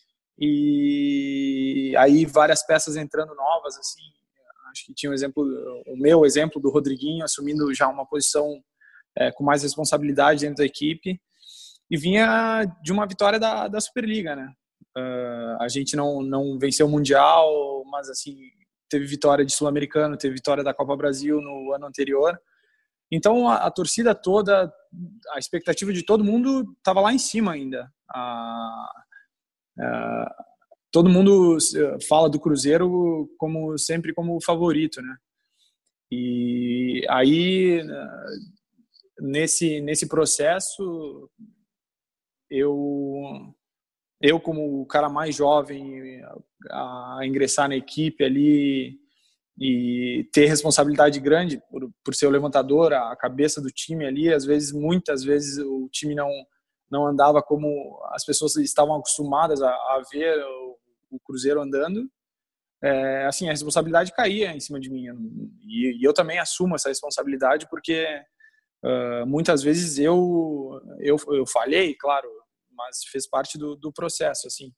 e aí várias peças entrando novas, assim, acho que tinha um exemplo, o meu exemplo do Rodriguinho assumindo já uma posição é, com mais responsabilidade dentro da equipe, e vinha de uma vitória da, da Superliga, né? Uh, a gente não, não venceu o Mundial, mas assim, teve vitória de Sul-Americano, teve vitória da Copa Brasil no ano anterior. Então, a, a torcida toda, a expectativa de todo mundo estava lá em cima ainda. A, a, todo mundo fala do Cruzeiro como sempre como favorito, né? E aí, nesse, nesse processo, eu... Eu, como o cara mais jovem a ingressar na equipe ali e ter responsabilidade grande por, por ser o levantador, a cabeça do time ali, às vezes, muitas vezes, o time não, não andava como as pessoas estavam acostumadas a, a ver o, o Cruzeiro andando. É, assim, a responsabilidade caía em cima de mim. E, e eu também assumo essa responsabilidade porque uh, muitas vezes eu, eu, eu falhei, claro, mas fez parte do, do processo, assim.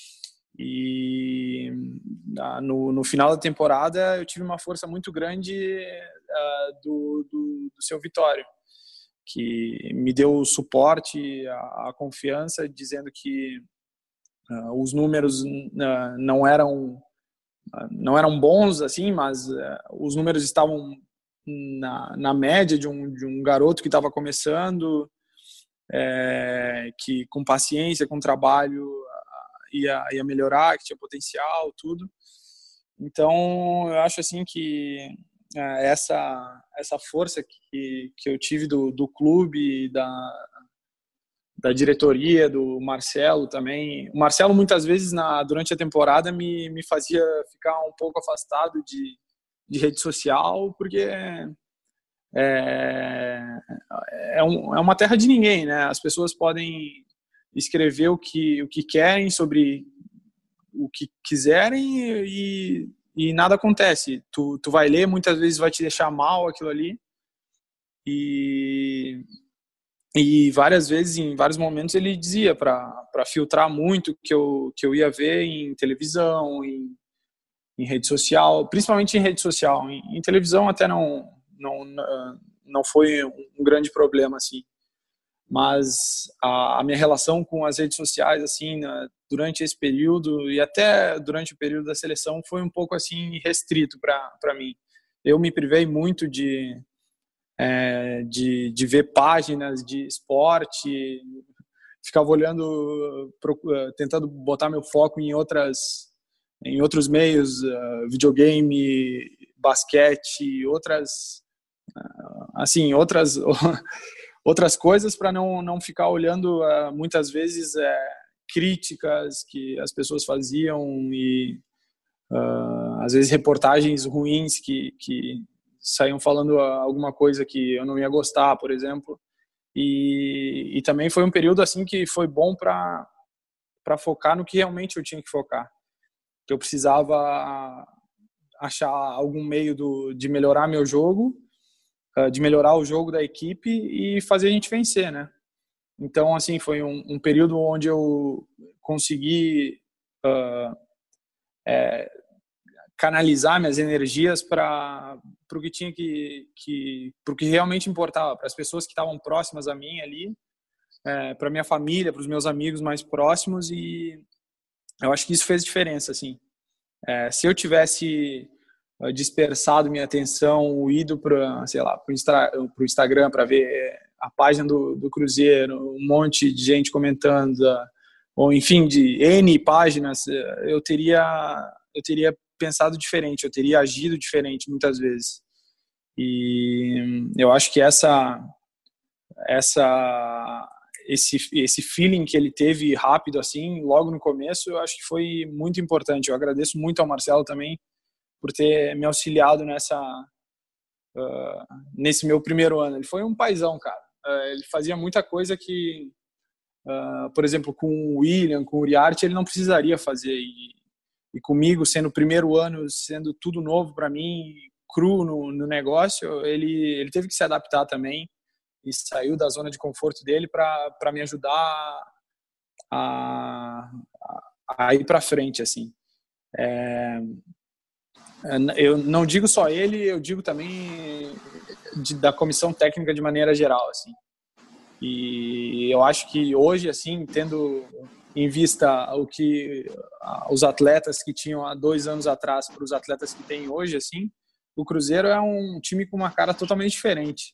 E no, no final da temporada eu tive uma força muito grande uh, do, do, do seu Vitório, que me deu o suporte, a, a confiança, dizendo que uh, os números uh, não eram uh, não eram bons, assim, mas uh, os números estavam na, na média de um, de um garoto que estava começando, É, que com paciência, com trabalho ia, ia melhorar, que tinha potencial, tudo. Então, eu acho assim que é, essa essa força que, que eu tive do, do clube, da, da diretoria, do Marcelo também. O Marcelo, muitas vezes, na, durante a temporada, me, me fazia ficar um pouco afastado de, de rede social, porque é, é, um, é uma terra de ninguém, né? As pessoas podem escrever o que, o que querem sobre o que quiserem e, e nada acontece. Tu, tu vai ler, muitas vezes vai te deixar mal aquilo ali. E, e várias vezes, em vários momentos, ele dizia para filtrar muito que eu, que eu ia ver em televisão, em, em rede social, principalmente em rede social. Em, em televisão até não, não, não foi um grande problema, assim. Mas a, a minha relação com as redes sociais, assim, na, durante esse período e até durante o período da seleção foi um pouco, assim, restrito para mim. Eu me privei muito de... É, de, de ver páginas de esporte, ficava olhando, tentando botar meu foco em outras, em outros meios, uh, videogame, basquete, outras, uh, assim, outras, outras coisas para não não ficar olhando uh, muitas vezes uh, críticas que as pessoas faziam e uh, às vezes reportagens ruins que que saíam falando alguma coisa que eu não ia gostar, por exemplo. E, e também foi um período assim que foi bom para para focar no que realmente eu tinha que focar. Que eu precisava achar algum meio do, de melhorar meu jogo, de melhorar o jogo da equipe e fazer a gente vencer, né? Então, assim, foi um, um período onde eu consegui uh, é, canalizar minhas energias para o que tinha que, que para o que realmente importava, para as pessoas que estavam próximas a mim ali, é, para minha família, para os meus amigos mais próximos, e eu acho que isso fez diferença, assim. É, se eu tivesse dispersado minha atenção, ido para, sei lá, para o Instagram para ver a página do, do Cruzeiro, um monte de gente comentando, ou enfim, de N páginas, eu teria eu teria pensado diferente, eu teria agido diferente muitas vezes. E eu acho que essa essa esse esse feeling que ele teve rápido assim, logo no começo, eu acho que foi muito importante. Eu agradeço muito ao Marcelo também por ter me auxiliado nessa uh, nesse meu primeiro ano. Ele foi um paizão, cara. Uh, ele fazia muita coisa que uh, por exemplo, com o William, com o Uriarte, ele não precisaria fazer. E E comigo, sendo o primeiro ano, sendo tudo novo para mim, cru no, no negócio, ele, ele teve que se adaptar também e saiu da zona de conforto dele para me ajudar a, a, a ir para frente, assim. É, eu não digo só ele, eu digo também de, da comissão técnica de maneira geral, assim. E eu acho que hoje, assim, tendo em vista o que os atletas que tinham há dois anos atrás para os atletas que tem hoje, assim, o Cruzeiro é um time com uma cara totalmente diferente.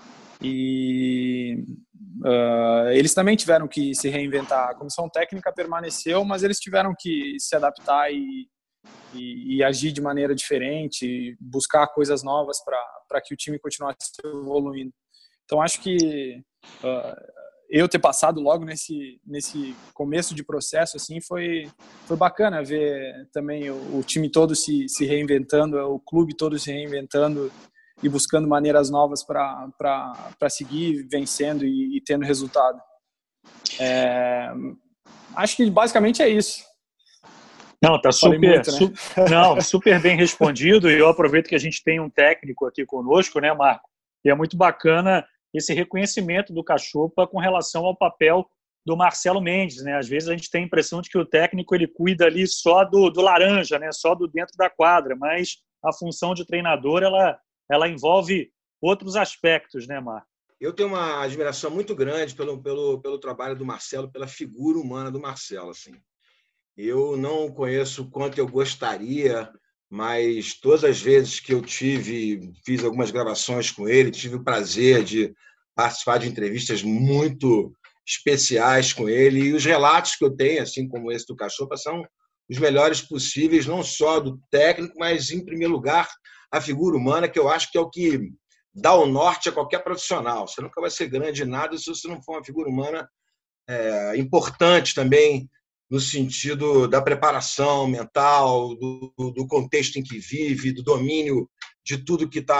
E uh, eles também tiveram que se reinventar. A comissão técnica permaneceu, mas eles tiveram que se adaptar e, e, e agir de maneira diferente, buscar coisas novas para que o time continuasse evoluindo. Então, acho que uh, eu ter passado logo nesse, nesse começo de processo assim, foi, foi bacana ver também o, o time todo se, se reinventando, o clube todo se reinventando e buscando maneiras novas para seguir vencendo e, e tendo resultado. É, acho que basicamente é isso. Não, tá super, muito, né? su, não, super bem respondido, e eu aproveito que a gente tem um técnico aqui conosco, né, Marco? E é muito bacana esse reconhecimento do Cachopa com relação ao papel do Marcelo Mendes, né? Às vezes a gente tem a impressão de que o técnico ele cuida ali só do, do laranja, né? Só do dentro da quadra, mas a função de treinador ela, ela envolve outros aspectos, né, Marco? Eu tenho uma admiração muito grande pelo, pelo, pelo trabalho do Marcelo, pela figura humana do Marcelo, assim. Eu não conheço o quanto eu gostaria, mas todas as vezes que eu tive, fiz algumas gravações com ele, tive o prazer de participar de entrevistas muito especiais com ele, e os relatos que eu tenho, assim como esse do Cachopa, são os melhores possíveis, não só do técnico, mas, em primeiro lugar, a figura humana, que eu acho que é o que dá o norte a qualquer profissional. Você nunca vai ser grande em nada se você não for uma figura humana é, importante também, no sentido da preparação mental, do, do contexto em que vive, do domínio de tudo que está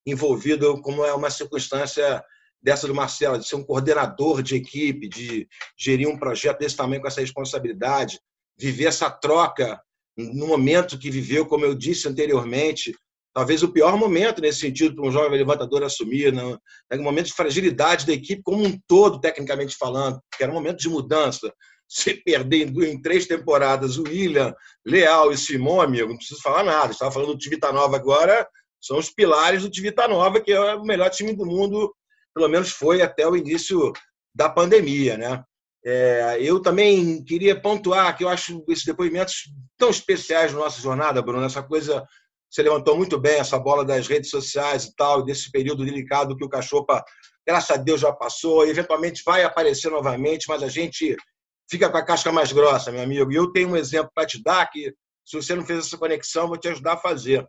envolvido, como é uma circunstância dessa do Marcelo, de ser um coordenador de equipe, de gerir um projeto desse tamanho com essa responsabilidade, viver essa troca no momento que viveu, como eu disse anteriormente, talvez o pior momento nesse sentido para um jovem levantador assumir, no, no momento de fragilidade da equipe como um todo, tecnicamente falando, que era um momento de mudança. Se perder em, em três temporadas o William, Leal e Simão, amigo, não preciso falar nada. Estava falando do Civitanova agora, são os pilares do Civitanova, que é o melhor time do mundo, pelo menos foi até o início da pandemia, né? É, eu também queria pontuar que eu acho esses depoimentos tão especiais na nossa jornada, Bruno, essa coisa, você levantou muito bem essa bola das redes sociais e tal, desse período delicado que o Cachopa, graças a Deus, já passou, e eventualmente vai aparecer novamente, mas a gente fica com a casca mais grossa, meu amigo. E eu tenho um exemplo para te dar que, se você não fez essa conexão, vou te ajudar a fazer.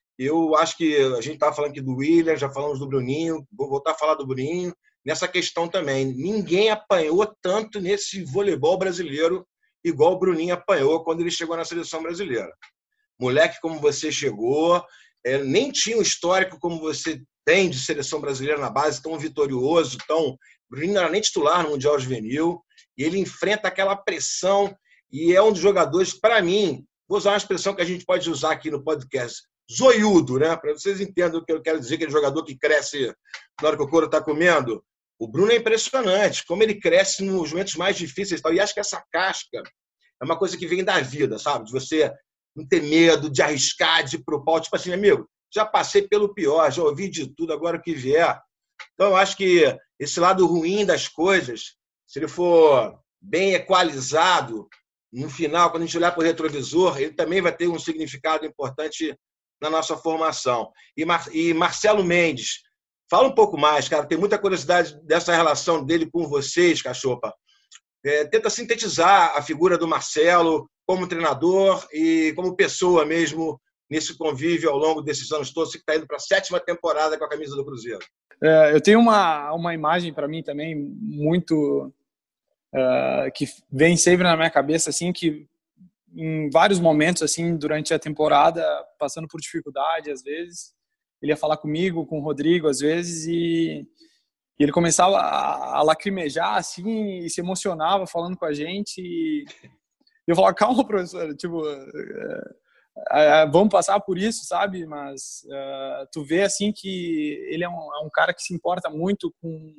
Eu acho que a gente estava falando aqui do William, já falamos do Bruninho, vou voltar a falar do Bruninho, nessa questão também. Ninguém apanhou tanto nesse voleibol brasileiro igual o Bruninho apanhou quando ele chegou na seleção brasileira. Moleque como você chegou, é, nem tinha um histórico como você tem de seleção brasileira na base, tão vitorioso, tão... O Bruninho não era nem titular no Mundial Juvenil, e ele enfrenta aquela pressão, e é um dos jogadores, para mim, vou usar uma expressão que a gente pode usar aqui no podcast, zoiudo, né? Para vocês entendam o que eu quero dizer, aquele jogador que cresce na hora que o couro está comendo. O Bruno é impressionante, como ele cresce nos momentos mais difíceis e tal. E acho que essa casca é uma coisa que vem da vida, sabe? De você não ter medo, de arriscar, de ir pro pau. Tipo assim, amigo, já passei pelo pior, já ouvi de tudo, agora o que vier. Então, eu acho que esse lado ruim das coisas, se ele for bem equalizado, no final, quando a gente olhar para o retrovisor, ele também vai ter um significado importante na nossa formação. E, Mar- e Marcelo Mendes, fala um pouco mais, cara. Tem muita curiosidade dessa relação dele com vocês, Cachopa. É, tenta sintetizar a figura do Marcelo como treinador e como pessoa mesmo nesse convívio ao longo desses anos todos, que está indo para a sétima temporada com a camisa do Cruzeiro. É, eu tenho uma, uma imagem para mim também muito uh, que vem sempre na minha cabeça, assim, que em vários momentos, assim, durante a temporada, passando por dificuldade, às vezes, ele ia falar comigo, com o Rodrigo, às vezes, e, e ele começava a, a lacrimejar, assim, e se emocionava falando com a gente, e eu falava, calma, professor, tipo, uh, uh, vamos passar por isso, sabe? Mas uh, tu vê, assim, que ele é um, é um cara que se importa muito com...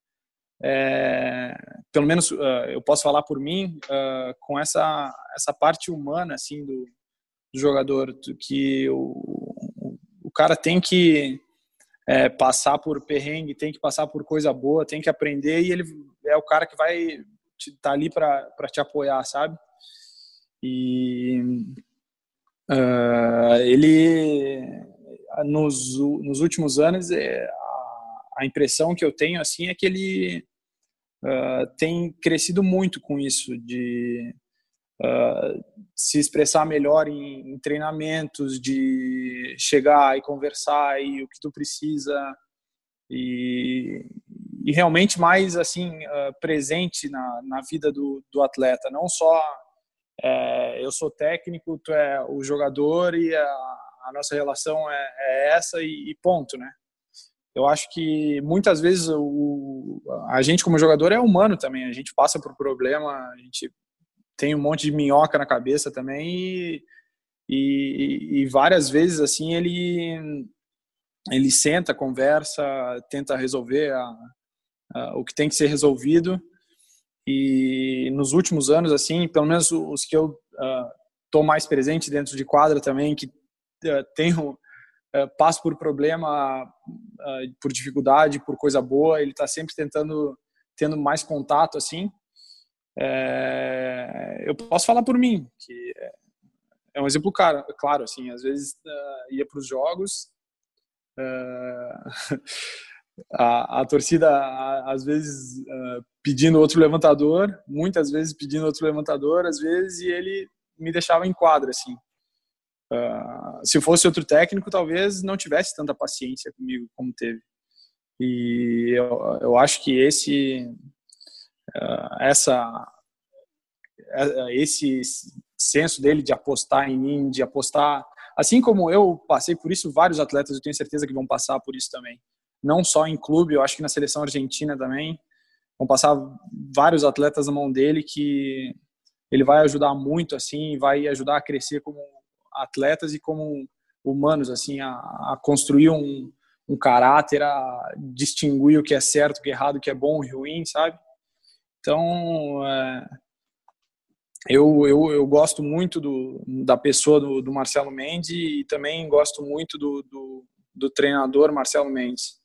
É, pelo menos uh, eu posso falar por mim, uh, com essa, essa parte humana, assim, do, do jogador, que o, o cara tem que é, passar por perrengue, tem que passar por coisa boa, tem que aprender, e ele é o cara que vai estar tá ali para te apoiar, sabe? E uh, ele nos, nos últimos anos é, a, a impressão que eu tenho, assim, é que ele uh, tem crescido muito com isso, de Uh, se expressar melhor em, em treinamentos, de chegar e conversar e o que tu precisa, e, e realmente mais assim uh, presente na, na vida do, do atleta, não só é, eu sou técnico, tu é o jogador e a, a nossa relação é, é essa e, e ponto, né? Eu acho que muitas vezes o, a gente como jogador é humano também, a gente passa por problema, a gente tem um monte de minhoca na cabeça também, e, e, e várias vezes assim ele ele senta, conversa, tenta resolver a, a, o que tem que ser resolvido. E nos últimos anos, assim, pelo menos os que eu uh, tô mais presente dentro de quadra também, que uh, tenho uh, passo por problema, uh, por dificuldade, por coisa boa, ele está sempre tentando, tendo mais contato, assim. É, eu posso falar por mim, que é, é um exemplo claro, claro, assim, às vezes uh, ia para os jogos, uh, a, a torcida a, às vezes uh, pedindo outro levantador, muitas vezes pedindo outro levantador, às vezes, e ele me deixava em quadra, assim. Uh, se fosse outro técnico, talvez não tivesse tanta paciência comigo como teve. E eu, eu acho que esse Uh, essa uh, esse senso dele de apostar em mim, de apostar Assim como eu passei por isso, vários atletas eu tenho certeza que vão passar por isso também. Não só em clube, eu acho que na seleção argentina também vão passar vários atletas na mão dele que ele vai ajudar muito, assim, vai ajudar a crescer como atletas e como humanos, assim, a, a construir um, um caráter, a distinguir o que é certo, o que é errado, o que é bom e ruim, sabe? Então, é, eu, eu, eu gosto muito do, da pessoa do, do Marcelo Mendes e também gosto muito do, do, do treinador Marcelo Mendes.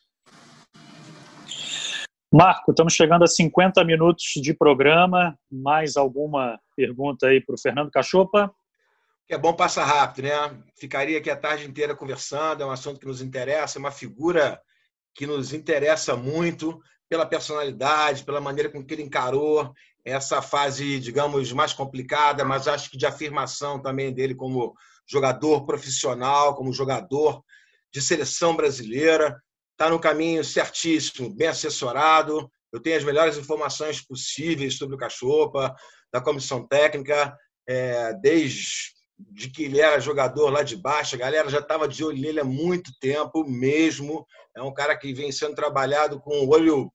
Marco, estamos chegando a cinquenta minutos de programa. Mais alguma pergunta aí para o Fernando Cachopa? É bom passar rápido, né? Ficaria aqui a tarde inteira conversando, é um assunto que nos interessa, é uma figura que nos interessa muito pela personalidade, pela maneira com que ele encarou essa fase, digamos, mais complicada, mas acho que de afirmação também dele como jogador profissional, como jogador de seleção brasileira. Está no caminho certíssimo, bem assessorado. Eu tenho as melhores informações possíveis sobre o Cachopa, da comissão técnica, é, desde de que ele era jogador lá de baixo. A galera já estava de olho nele há muito tempo mesmo. É um cara que vem sendo trabalhado com o olho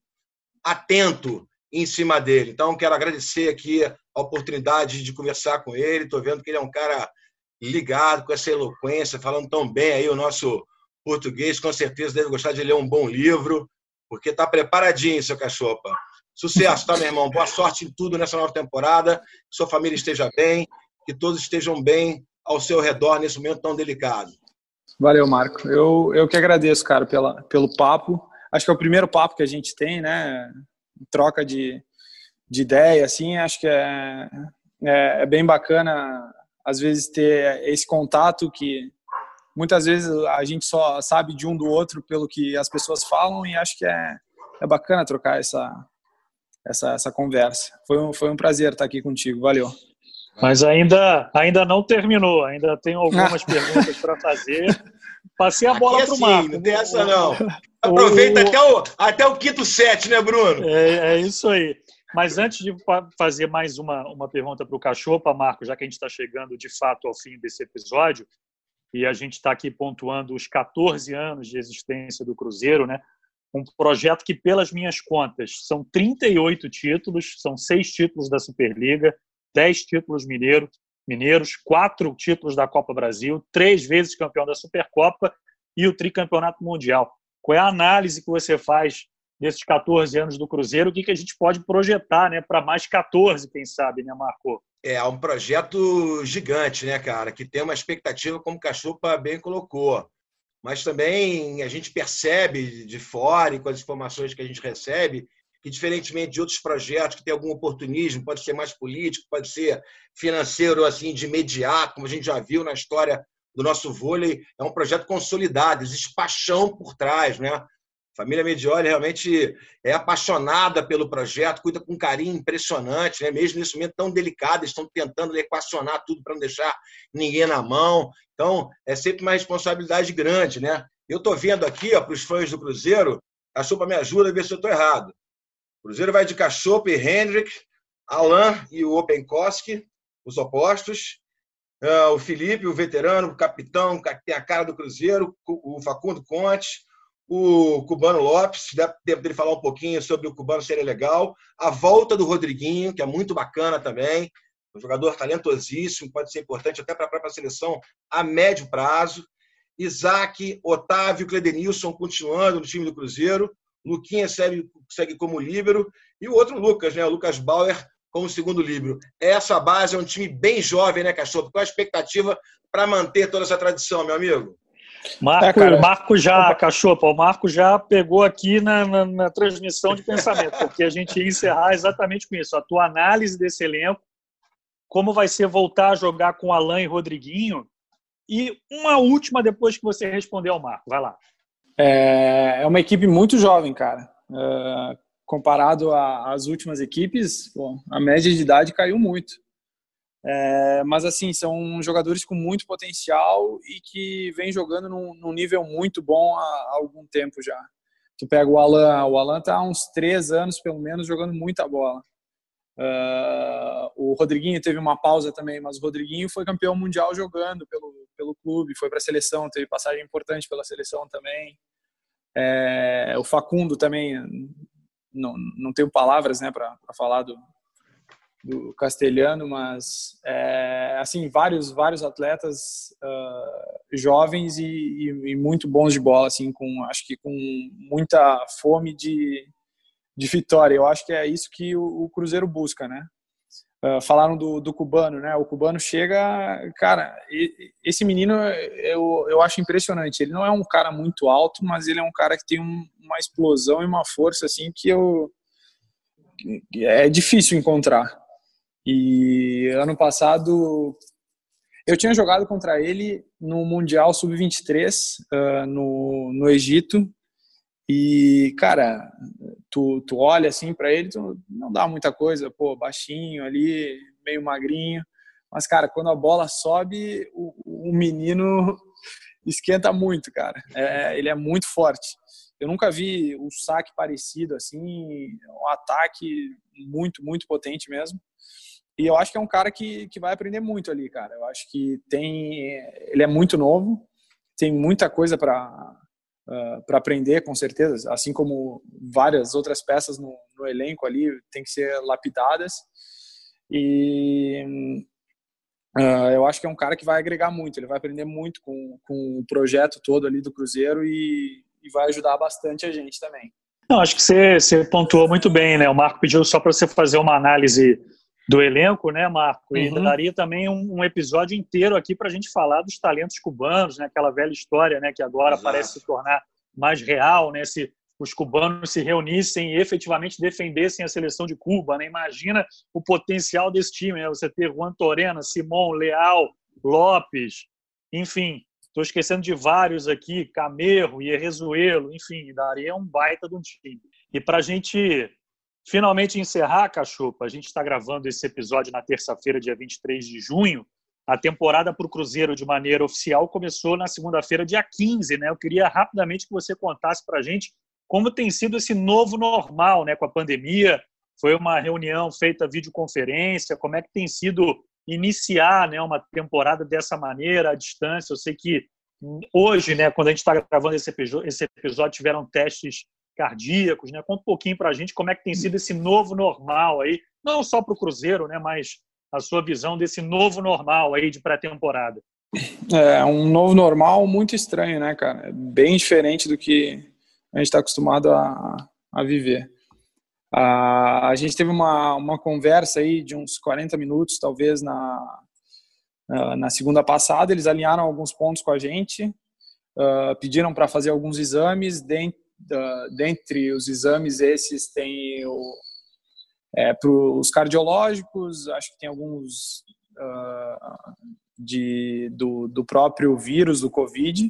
atento em cima dele. Então, quero agradecer aqui a oportunidade de conversar com ele. Estou vendo que ele é um cara ligado, com essa eloquência, falando tão bem aí o nosso português. Com certeza deve gostar de ler um bom livro, porque está preparadinho, seu Cachopa. Sucesso, tá, meu irmão? Boa sorte em tudo nessa nova temporada. Que sua família esteja bem, que todos estejam bem ao seu redor nesse momento tão delicado. Valeu, Marco. Eu, eu que agradeço, cara, pela, pelo papo. Acho que é o primeiro papo que a gente tem, né? Troca de, de ideia, assim. Acho que é, é, é bem bacana, às vezes, ter esse contato que muitas vezes a gente só sabe de um do outro pelo que as pessoas falam, e acho que é, é bacana trocar essa, essa, essa conversa. Foi um, foi um prazer estar aqui contigo. Valeu. Mas ainda, ainda não terminou, ainda tenho algumas perguntas para fazer. Passei a bola para o Marco. Não tem essa não. Aproveita o... até, o, até o quinto set, né, Bruno? É, é isso aí. Mas antes de fazer mais uma, uma pergunta para o Cachopa, Marco, já que a gente está chegando de fato ao fim desse episódio, e a gente está aqui pontuando os quatorze anos de existência do Cruzeiro, né? Um projeto que, pelas minhas contas, são trinta e oito títulos, são seis títulos da Superliga, dez títulos mineiro, mineiros, quatro títulos da Copa Brasil, três vezes campeão da Supercopa e o tricampeonato mundial. Qual é a análise que você faz desses quatorze anos do Cruzeiro? O que, que a gente pode projetar, né, para mais quatorze, quem sabe, né, Marco? É um projeto gigante, né, cara, que tem uma expectativa, como o Cachopa bem colocou. Mas também a gente percebe de fora, e com as informações que a gente recebe, que, diferentemente de outros projetos que tem algum oportunismo, pode ser mais político, pode ser financeiro, assim, de imediato, como a gente já viu na história do nosso vôlei, é um projeto consolidado, existe paixão por trás, né? A família Medioli realmente é apaixonada pelo projeto, cuida com um carinho impressionante, né? Mesmo nesse momento tão delicado, eles estão tentando equacionar tudo para não deixar ninguém na mão. Então, é sempre uma responsabilidade grande, né? Eu estou vendo aqui, para os fãs do Cruzeiro, a Cachopa me ajuda a ver se eu estou errado. O Cruzeiro vai de Cachopa e Hendrick, Alain e o Openkoski, os opostos. Uh, o Felipe, o veterano, o capitão, que tem a cara do Cruzeiro, o Facundo Conte, o Cubano Lopes, deve tempo dele falar um pouquinho sobre o Cubano, seria legal. A volta do Rodriguinho, que é muito bacana também, um jogador talentosíssimo, pode ser importante até para a própria seleção a médio prazo. Isaac, Otávio, Cledenilson continuando no time do Cruzeiro. Luquinha segue, segue como líbero. E o outro Lucas, né? O Lucas Bauer como segundo líbero. Essa base é um time bem jovem, né, Cachopa? Qual a expectativa para manter toda essa tradição, meu amigo? Marco, é, Marco já, Cachopa, o Marco já pegou aqui na, na, na transmissão de pensamento, porque a gente ia encerrar exatamente com isso. A tua análise desse elenco, como vai ser voltar a jogar com Alain e Rodriguinho, e uma última depois que você responder ao Marco. Vai lá. É, é uma equipe muito jovem, cara. É, comparado às últimas equipes, bom, a média de idade caiu muito. É, mas, assim, são jogadores com muito potencial e que vem jogando num, num nível muito bom há, há algum tempo já. Tu pega o Alain, o Alain tá há uns três anos, pelo menos, jogando muita bola. Uh, o Rodriguinho teve uma pausa também, mas o Rodriguinho foi campeão mundial jogando pelo, pelo clube, foi para a seleção, teve passagem importante pela seleção também. É, o Facundo também, não, não tenho palavras, né, para falar do, do castelhano, mas é, assim, vários, vários atletas uh, jovens e, e, e muito bons de bola, assim, com, acho que com muita fome de, de vitória. Eu acho que é isso que o, o Cruzeiro busca, né? Uh, falaram do, do cubano, né? O cubano chega, cara, esse menino eu, eu acho impressionante. Ele não é um cara muito alto, mas ele é um cara que tem um, uma explosão e uma força assim que eu que é difícil encontrar. E ano passado eu tinha jogado contra ele no Mundial sub vinte e três uh, no, no Egito. E, cara, tu, tu olha assim pra ele, tu não dá muita coisa, pô, baixinho ali, meio magrinho. Mas, cara, quando a bola sobe, o, o menino esquenta muito, cara. É, ele é muito forte. Eu nunca vi um saque parecido assim, um ataque muito, muito potente mesmo. E eu acho que é um cara que, que vai aprender muito ali, cara. Eu acho que tem... Ele é muito novo, tem muita coisa para... Uh, para aprender, com certeza, assim como várias outras peças no, no elenco ali tem que ser lapidadas. E uh, eu acho que é um cara que vai agregar muito, ele vai aprender muito com, com o projeto todo ali do Cruzeiro e, e vai ajudar bastante a gente também. Não, acho que você, você pontuou muito bem, né? O Marco pediu só para você fazer uma análise do elenco, né, Marco? E uhum. daria também um, um episódio inteiro aqui para a gente falar dos talentos cubanos, né? Aquela velha história, né? Que agora Exato. Parece se tornar mais real, né? Se os cubanos se reunissem e efetivamente defendessem a seleção de Cuba, né? Imagina o potencial desse time, né? Você ter Juan Torena, Simón, Leal, Lopes, enfim, estou esquecendo de vários aqui, Camerro, Ierrezuelo, enfim, daria um baita de um time. E para a gente finalmente encerrar, Cachopa, a gente está gravando esse episódio na terça-feira, dia vinte e três de junho. A temporada para o Cruzeiro, de maneira oficial, começou na segunda-feira, dia quinze. Né? Eu queria rapidamente que você contasse para a gente como tem sido esse novo normal, né? Com a pandemia. Foi uma reunião feita videoconferência. Como é que tem sido iniciar, né, uma temporada dessa maneira, à distância? Eu sei que hoje, né, quando a gente está gravando esse episódio, tiveram testes cardíacos, né? Conta um pouquinho para a gente como é que tem sido esse novo normal aí, não só para o Cruzeiro, né, mas a sua visão desse novo normal aí de pré-temporada. É um novo normal muito estranho, né, cara? É bem diferente do que a gente está acostumado a, a viver. A, a gente teve uma, uma conversa aí de uns quarenta minutos, talvez, na, na segunda passada. Eles alinharam alguns pontos com a gente, uh, pediram para fazer alguns exames. Dentre, uh, dentre os exames, esses tem o, é, para os cardiológicos, acho que tem alguns uh, de, do, do próprio vírus, do Covid.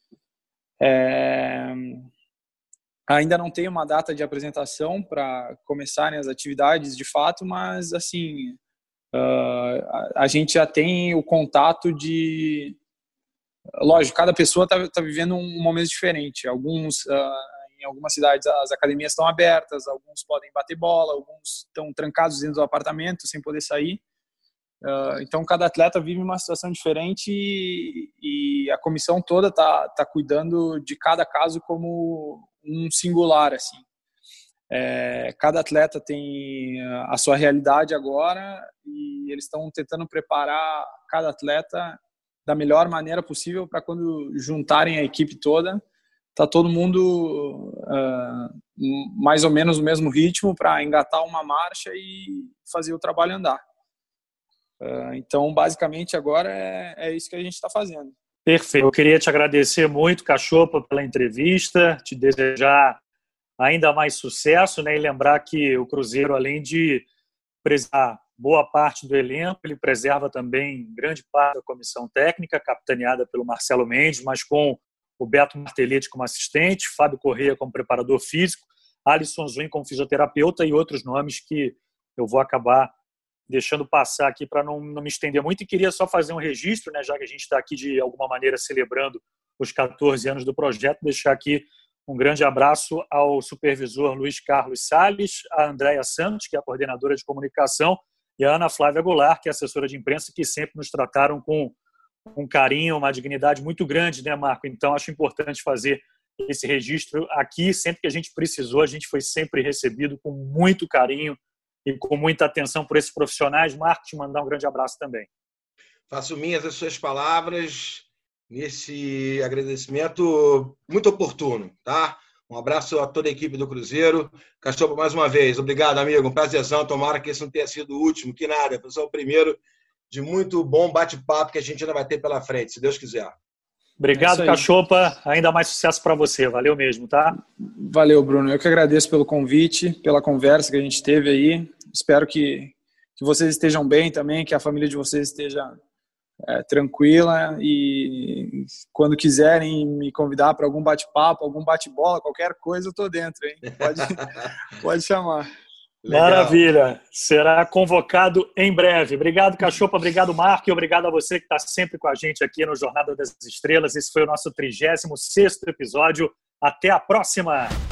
É, ainda não tem uma data de apresentação para começarem as atividades de fato, mas assim, uh, a, a gente já tem o contato de... Lógico, cada pessoa está tá vivendo um momento diferente. Alguns, uh, em algumas cidades, as academias estão abertas, alguns podem bater bola, alguns estão trancados dentro do apartamento sem poder sair. Uh, então, cada atleta vive uma situação diferente e, e a comissão toda está tá cuidando de cada caso como um singular, assim. É, cada atleta tem a sua realidade agora e eles estão tentando preparar cada atleta da melhor maneira possível para quando juntarem a equipe toda, tá todo mundo uh, mais ou menos no mesmo ritmo para engatar uma marcha e fazer o trabalho andar. Uh, então, basicamente, agora é, é isso que a gente está fazendo. Perfeito. Eu queria te agradecer muito, Cachopa, pela entrevista, te desejar ainda mais sucesso, né? E lembrar que o Cruzeiro, além de preservar boa parte do elenco, ele preserva também grande parte da comissão técnica, capitaneada pelo Marcelo Mendes, mas com o Beto Martelletti como assistente, Fábio Corrêa como preparador físico, Alisson Zwin como fisioterapeuta e outros nomes que eu vou acabar deixando passar aqui para não, não me estender muito. E queria só fazer um registro, né, já que a gente está aqui de alguma maneira celebrando os catorze anos do projeto, deixar aqui um grande abraço ao supervisor Luiz Carlos Salles, a Andréia Santos, que é a coordenadora de comunicação, e a Ana Flávia Goulart, que é assessora de imprensa, que sempre nos trataram com um carinho, uma dignidade muito grande, né, Marco? Então, acho importante fazer esse registro aqui. Sempre que a gente precisou, a gente foi sempre recebido com muito carinho e com muita atenção por esses profissionais. Marco, te mandar um grande abraço também. Faço minhas as suas palavras nesse agradecimento muito oportuno, tá? Um abraço a toda a equipe do Cruzeiro. Cachopa, mais uma vez, obrigado, amigo. Um prazerzão. Tomara que esse não tenha sido o último, que nada. Foi só o primeiro de muito bom bate-papo que a gente ainda vai ter pela frente, se Deus quiser. Obrigado, é Cachopa. Ainda mais sucesso para você. Valeu mesmo, tá? Valeu, Bruno. Eu que agradeço pelo convite, pela conversa que a gente teve aí. Espero que, que vocês estejam bem também, que a família de vocês esteja é, tranquila. E quando quiserem me convidar para algum bate-papo, algum bate-bola, qualquer coisa, eu estou dentro, hein? Pode, pode chamar. Legal. Maravilha. Será convocado em breve. Obrigado, Cachopa. Obrigado, Marco. E obrigado a você que está sempre com a gente aqui no Jornada das Estrelas. Esse foi o nosso trigésimo sexto episódio. Até a próxima!